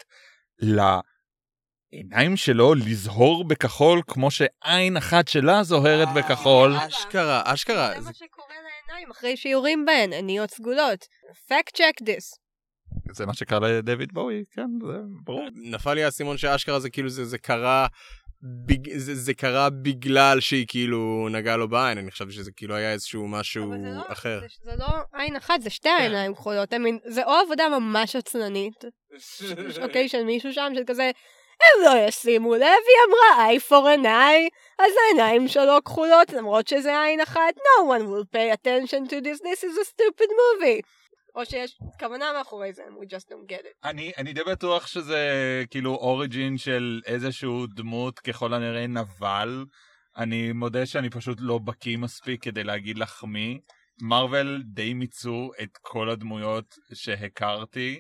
עיניים שלו לזהור בכחול, כמו שעין אחת שלה זוהרת בכחול. אשכרה. זה מה שקורה לעיניים אחרי שיורים בהן, עיניות סגולות. Fact check this. זה מה שקרה לדויד בואי, כן, זה ברור. נפל לי הסימון שאשכרה זה כאילו זה קרה, זה קרה בגלל שהיא כאילו נגעה לו בעין, אני חושב שזה כאילו היה איזשהו משהו אחר. זה לא עין אחת, זה שתי העיניים כחולות, זה או עבודה ממש עצלנית, אוקיי, של מישהו שם, של כזה, הם לא ישימו לב, היא אמרה eye for an eye, אז העיניים שלו כחולות, למרות שזה עין אחת, no one will pay attention to this is a stupid movie. או שיש כוונה מאחורי זה, we just don't get it. אני די בטוח שזה כאילו אוריג'ין של איזשהו דמות ככל הנראה נבל, אני מודה שאני פשוט לא בקיא מספיק כדי להגיד לך מי. מרוול די מיצו את כל הדמויות שהכרתי,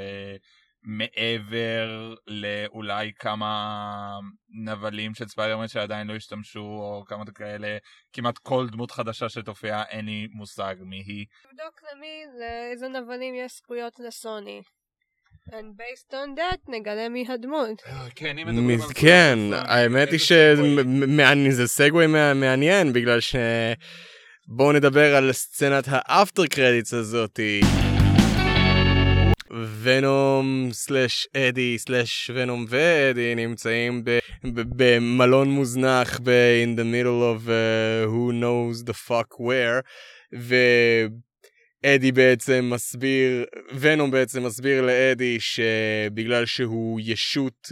ומעבר לאולי כמה נבלים של ספיידרמן שעדיין לא השתמשו, או כמה כאלה, כמעט כל דמות חדשה שתופיע, אין לי מושג מי היא. תבדוק לאיזה נבלים יש זכויות לסוני. And based on that, נגלה מי הדמות. כן, האמת היא שזה סגווי מעניין, בגלל ש... בואו נדבר על סצנת האפטר קרדיטס הזאתי. ונום סלש אדי סלש ונום ואדי נמצאים במלון מוזנח in the middle of who knows the fuck where, ואדי בעצם מסביר, ונום בעצם מסביר לאדי שבגלל שהוא ישות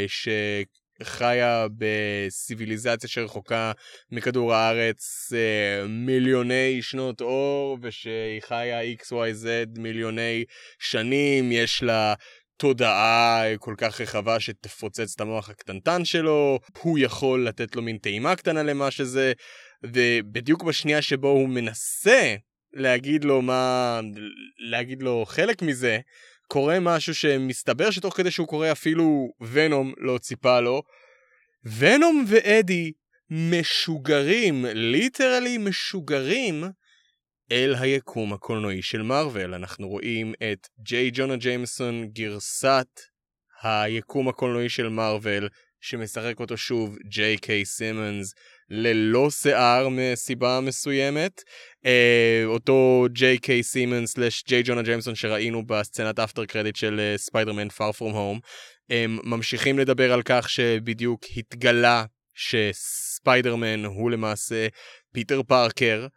שחיה בסיביליזציה שרחוקה מכדור הארץ מיליוני שנות אור, ושהיא חיה XYZ מיליוני שנים, יש לה תודעה כל כך רחבה שתפוצץ את המוח הקטנטן שלו, הוא יכול לתת לו מין טעימה קטנה למה שזה, ובדיוק בשנייה שבו הוא מנסה להגיד לו חלק מזה, קורה משהו שמסתבר שתוך כדי שהוא קורא אפילו ונום לא ציפה לו. ונום ואדי משוגרים, ליטרלי משוגרים, אל היקום הקולנועי של מארוול. אנחנו רואים את ג'יי ג'ונה ג'יימסון, גרסת היקום הקולנועי של מארוול, שמשחק אותו שוב ג'יי קיי סימונס, ללא שיער מסיבה מסוימת. אותו ג'יי קיי סימונס סלש ג'יי ג'ונה ג'יימסון שראינו בסצנת אפטר קרדיט של ספיידרמן Far From Home, הם ממשיכים לדבר על כך שבדיוק התגלה שספיידרמן הוא למעשה פיטר פארקר,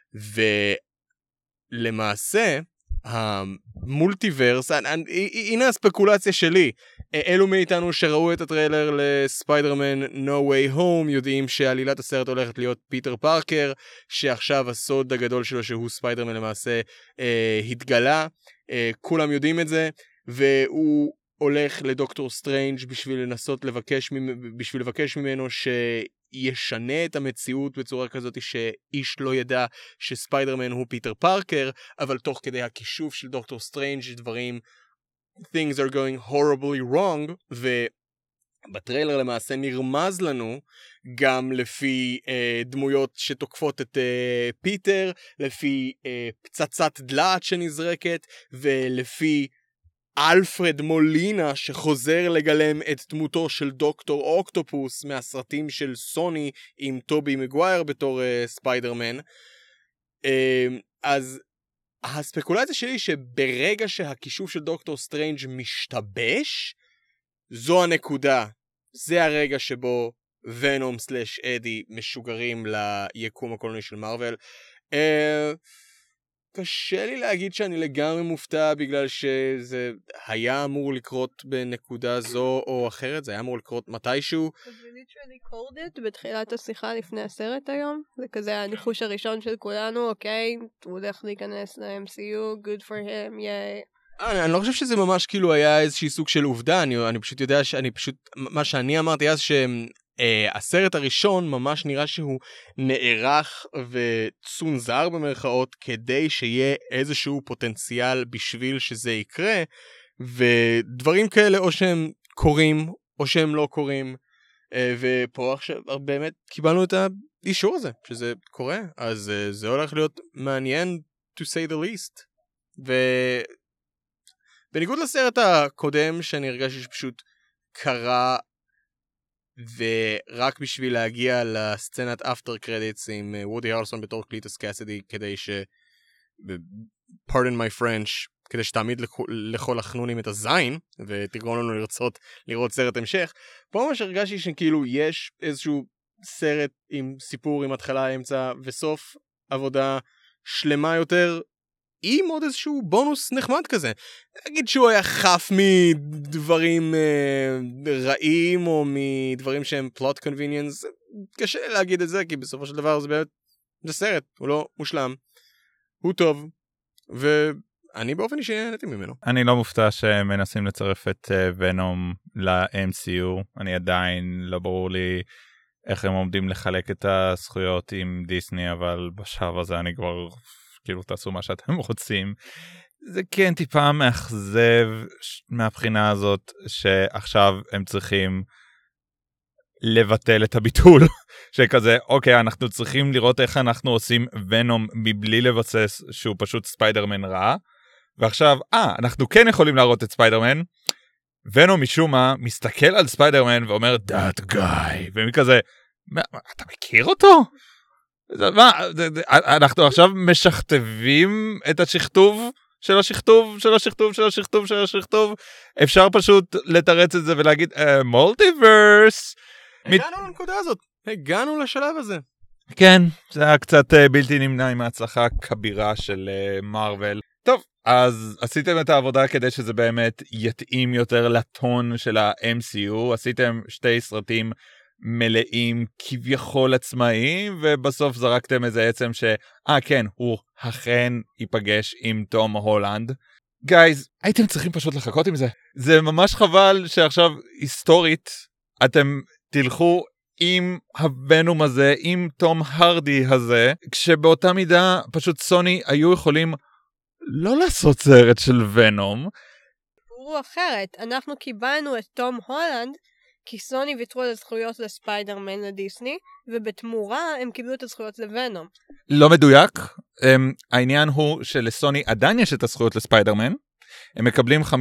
ולמעשה המולטיברס, הנה הספקולציה שלי, אלו מאיתנו שראו את הטריילר לספיידרמן No Way Home יודעים שעלילת הסרט הולכת להיות פיטר פארקר, שעכשיו הסוד הגדול שלו שהוא ספיידרמן למעשה התגלה, כולם יודעים את זה, והוא הולך לדוקטור סטרנג' בשביל לבקש ממנו שישנה את המציאות בצורה כזאת שאיש לא ידע שספיידרמן הוא פיטר פארקר, אבל תוך כדי הכישוף של דוקטור סטרנג' דברים things are going horribly wrong, ובטריילר למעשה נרמז לנו גם לפי דמויות שתוקפות את פיטר, לפי פצצת דלעת שנזרקת, ולפי אלפרד מולינה שחוזר לגלם את דמותו של דוקטור אוקטופוס מהסרטים של סוני עם טובי מגווייר בתור ספיידרמן. אז הספקולציה שלי שברגע שהכישוף של דוקטור סטרנג' משתבש, זו הנקודה. זה הרגע שבו ונום סלש אדי משוגרים ליקום הקולנועי של מארוול. קשה לי להגיד שאני לגמרי מופתע, בגלל שזה היה אמור לקרות בנקודה זו או אחרת, זה היה אמור לקרות מתישהו. We literally called it בתחילת השיחה לפני הסרט היום, זה כזה הניחוש הראשון של כולנו, אוקיי, הוא הולך להיכנס ל-MCU, good for him, yay. אני לא חושב שזה ממש כאילו היה איזושהי סוג של עובדה, אני פשוט יודע מה שאני אמרתי אז הסרט הראשון ממש נראה שהוא נערך וצונזר במרכאות כדי שיהיה איזשהו פוטנציאל בשביל שזה יקרה, ודברים כאלה או שהם קורים או שהם לא קורים, ופה עכשיו באמת קיבלנו את האישור הזה שזה קורה, אז זה הולך להיות מעניין to say the least. ובניגוד לסרט הקודם שאני הרגשתי שפשוט קרה ורק בשביל להגיע לסצנת אפטר קרדיטס עם וודי הרלסון בתור קליטוס קאסידי, כדי ש pardon my French, כדי שתעמיד לכל החנונים את הזין ותגרום לנו לראות סרט המשך. פה ממש הרגשתי שכאילו יש איזשהו סרט עם סיפור עם התחלה, אמצע וסוף, עבודה שלמה יותר עם עוד איזשהו בונוס נחמד כזה. נגיד שהוא היה חף מדברים רעים או מדברים שהם plot convenience, קשה להגיד את זה, כי בסופו של דבר זה באמת, זה סרט, הוא לא מושלם, הוא טוב, ואני באופן אישי נהניתי ממנו. אני לא מופתע שמנסים לצרף את ונום ל-MCU, אני עדיין לא ברור לי איך הם עומדים לחלק את הזכויות עם דיסני, אבל בשלב הזה אני כבר, כאילו תעשו מה שאתם רוצים. זה כן טיפה מאכזב מהבחינה הזאת, שעכשיו הם צריכים לבטל את הביטול, שכזה, אוקיי, אנחנו צריכים לראות איך אנחנו עושים ונום מבלי לבסס שהוא פשוט ספיידרמן רע, ועכשיו, אנחנו כן יכולים להראות את ספיידרמן, ונום משום מה מסתכל על ספיידרמן ואומר, that guy, ומכזה, אתה מכיר אותו? מה, אנחנו עכשיו משכתבים את השכתוב של השכתוב, של השכתוב, של השכתוב, של השכתוב, אפשר פשוט לתרץ את זה ולהגיד, מולטיברס. הגענו לנקודה הזאת, הגענו לשלב הזה. כן, זה היה קצת בלתי נמנע עם ההצלחה הכבירה של מארוול. טוב, אז עשיתם את העבודה כדי שזה באמת יתאים יותר לטון של ה-MCU, עשיתם 2 סרטים מלאים כביכול עצמאיים, ובסוף זרקתם איזה עצם כן, הוא אכן ייפגש עם תום הולנד. גייז, הייתם צריכים פשוט לחכות עם זה. זה ממש חבל שעכשיו היסטורית אתם תלכו עם הוונום הזה, עם תום הרדי הזה, כשבאותה מידה פשוט סוני היו יכולים לא לעשות סרט של ונום. הוא אחרת, אנחנו קיבלנו את תום הולנד, כי סוני ויתרו על הזכויות לספיידרמן לדיסני, ובתמורה הם קיבלו את הזכויות לוונום. לא מדויק, העניין הוא שלסוני עדיין יש את הזכויות לספיידרמן, הם מקבלים 50%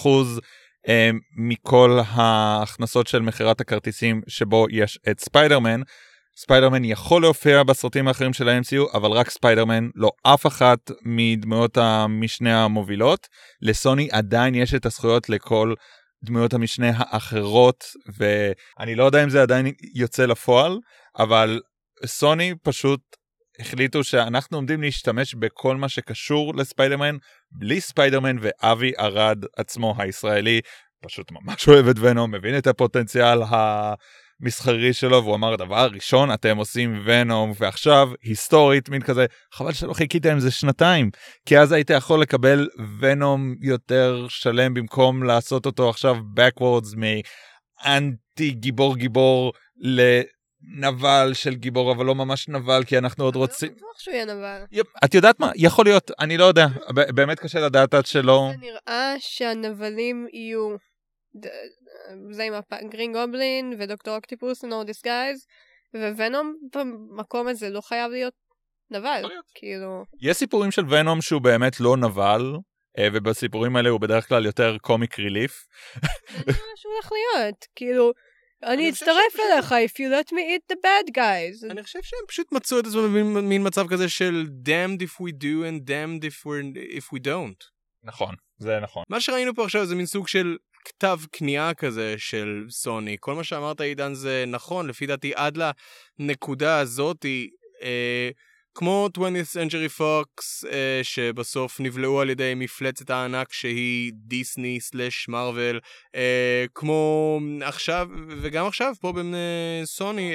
מכל ההכנסות של מחירת הכרטיסים שבו יש את ספיידרמן. ספיידרמן יכול להופיע בסרטים האחרים של ה-MCU, אבל רק ספיידרמן, לא אף אחת מדמויות המשנה המובילות. לסוני עדיין יש את הזכויות לכל דמויות המשנה האחרות, ואני לא יודע אם זה עדיין יוצא לפועל, אבל סוני פשוט החליטו שאנחנו עומדים להשתמש בכל מה שקשור לספיידרמן, בלי ספיידרמן, ואבי ארד עצמו הישראלי, פשוט ממש אוהב את ונום, מבין את הפוטנציאל המסחרי שלו, והוא אמר, דבר ראשון, אתם עושים ונום, ועכשיו, היסטורית, מין כזה, חבל שלא חיכיתם עם זה 2, כי אז היית יכול לקבל ונום יותר שלם, במקום לעשות אותו עכשיו backwards, מאנטי גיבור לנבל של גיבור, אבל לא ממש נבל, כי אנחנו עוד רוצים... אני לא בטוח שהוא יהיה נבל. את יודעת מה? יכול להיות, אני לא יודע, באמת קשה לדעת עד שלא... זה נראה שהנבלים יהיו... זה עם גרין גובלין ודוקטור אוקטיפוס and all this guys, וונום במקום הזה לא חייב להיות נבל, כאילו... יש סיפורים של ונום שהוא באמת לא נבל, ובסיפורים האלה הוא בדרך כלל יותר קומיק ריליף. זה נראה שהוא הולך להיות, כאילו... אני אצטרף אליך, if you let me eat the bad guys. אני חושב שהם פשוט מצאו את עצמם במין מצב כזה של damned if we do and damned if we don't. נכון, זה נכון. מה שראינו פה עכשיו זה מין סוג של כתב קנייה כזה של סוני. כל מה שאמרת עידן זה נכון, לפי דעתי עד לנקודה הזאת, כמו 20th Century Fox, שבסוף נבלעו על ידי מפלצת הענק שהיא דיסני / מרוול, כמו עכשיו, וגם עכשיו פה בסוני,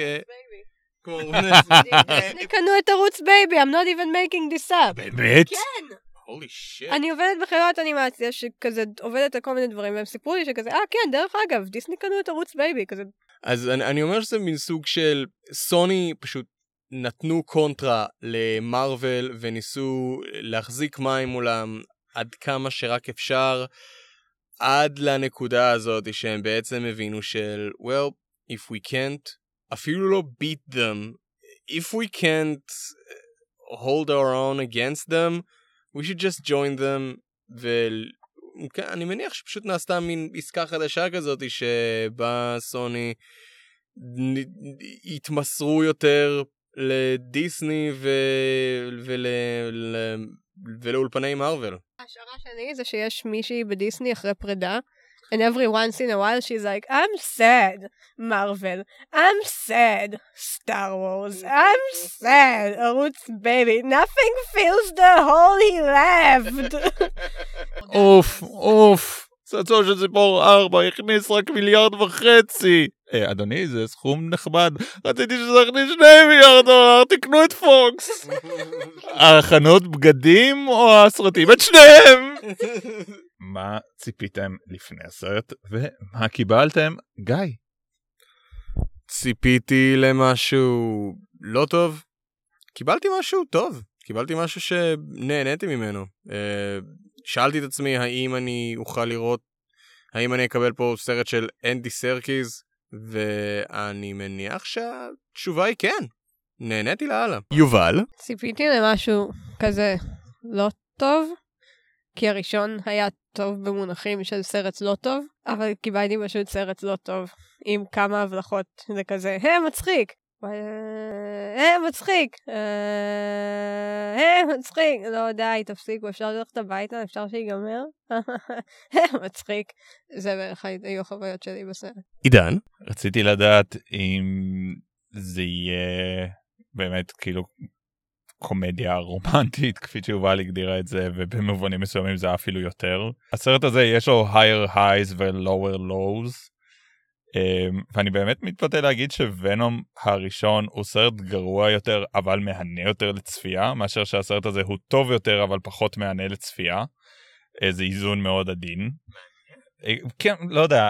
דיסני קנו את ערוץ בייבי, I'm not even making this up. באמת? כן. holy shit. אני עובדת בחברת אנימציה שכזה עובדת על כל מיני דברים, והם סיפרו לי שכזה, כן, דרך אגב, דיסני קנו את ערוץ בייבי, כזה. אז אני אומר שזה מין סוג של סוני פשוט נתנו קונטרה למרוול וניסו להחזיק מים מולם עד כמה שרק אפשר, עד לנקודה הזאת שהם בעצם הבינו של, well, if we can't, אפילו לא beat them, if we can't hold our own against them, we should just join them, ואני מניח שפשוט נעשתה מין עסקה חדשה כזאת שבה סוני התמסרו יותר לדיסני ולאולפני מרוול. השערה שלי זה שיש מישהי בדיסני אחרי פרידה, and every once in a while she's like, I'm sad, Marvel, I'm sad, Star Wars, I'm sad, ערוץ בייבי, nothing fills the hole he left. אוף, צעצוע של ציפור 4 הכניס רק 1.5 מיליארד. אדוני, זה סכום נכבד. רציתי שזה יכניס 2 מיליארד דולר, תקנו את פוקס. החנות בגדים או הסרטים? את שניהם! מה ציפיתם לפני הסרט, ומה קיבלתם? גיא. ציפיתי למשהו לא טוב. קיבלתי משהו טוב. קיבלתי משהו שנהניתי ממנו. שאלתי את עצמי האם אני אוכל לראות, האם אני אקבל פה סרט של אנדי סרקיס, ואני מניח שהתשובה היא כן. נהניתי להלאה. יובל? ציפיתי למשהו כזה לא טוב, כי הראשון היה טוב במונחים של סרט לא טוב, אבל קיבלתי פשוט סרט לא טוב, עם כמה הבלחות, זה כזה, מצחיק. מצחיק. מצחיק. לא, די, תפסיקו, אפשר ללכת הביתה, אפשר שיגמר. מצחיק. זה בערך היו החוויות שלי בסרט. עידן? רציתי לדעת אם זה יהיה באמת כאילו קומדיה רומנטית, כפי שיובל הגדירה את זה, ובמובנים מסוימים זה אפילו יותר. הסרט הזה יש לו higher highs ו-lower lows, ואני באמת מתפתה להגיד שוונום הראשון הוא סרט גרוע יותר, אבל מהנה יותר לצפייה, מאשר שהסרט הזה הוא טוב יותר, אבל פחות מהנה לצפייה. זה איזון מאוד עדין. כן, לא יודע,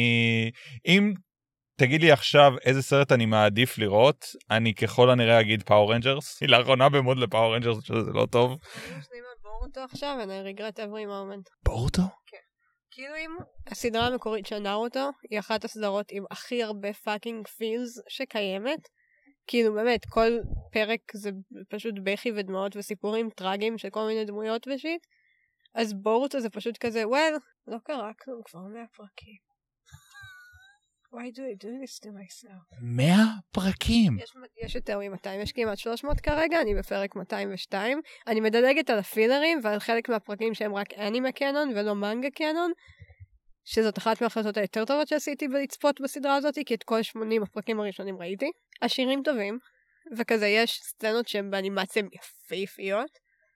אם תגיד לי עכשיו איזה סרט אני מעדיף לראות, אני ככל הנראה אגיד פאור רנג'רס. היא לאחרונה במוד לפאור רנג'רס, שזה לא טוב. אני משלימה בורוטו עכשיו, and I regret every moment. בורוטו? כן. כאילו אם הסדרה המקורית של נארוטו היא אחת הסדרות עם הכי הרבה פאקינג פילס שקיימת, כאילו באמת כל פרק זה פשוט בכי ודמעות וסיפורים טרגיים של כל מיני דמויות ושיט, אז בורוטו זה פשוט כזה, לא קרה כלום, כבר 100 פרקים. Why do I do this to myself? 100 פרקים. יש יותר מ-200, יש כמעט 300 כרגע, אני בפרק 202. אני מדלגת על הפילרים ועל חלק מהפרקים שהם רק אנימה קנון ולא מנגה קנון, שזאת אחת מההחלטות היותר טובות שעשיתי בלצפות בסדרה הזאת, כי את כל 80 הפרקים הראשונים ראיתי. השירים טובים, וכזה יש סצנות שהן באנימציה יפהפיות,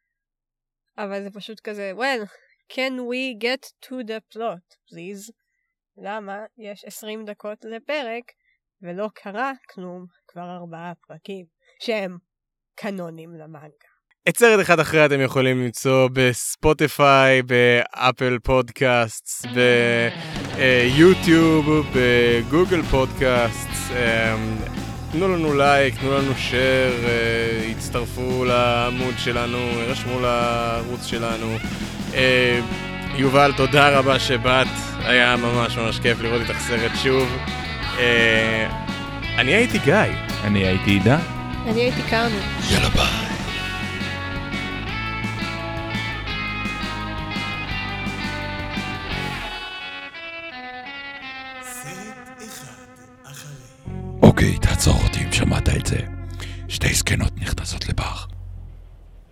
אבל זה פשוט כזה, can we get to the plot, please? למה יש 20 דקות לפרק ולא קרה כלום כבר 4 פרקים שהם קנונים למנגה. את סרט אחד אחרי אתם יכולים למצוא בספוטיפיי, באפל פודקאסט, ביוטיוב, בגוגל פודקאסט. תנו לנו לייק, תנו לנו שייר, הצטרפו לעמוד שלנו, הרשמו לערוץ שלנו. יובל, תודה רבה שבאת, היה ממש ממש כיף לראות איתך סרט שוב. אני הייתי גיא. אני הייתי עידן. אני הייתי קרני. יאללה ביי. אוקיי, תעצור אותי אם שמעת את זה. 2 זקנות נכנסות לבר.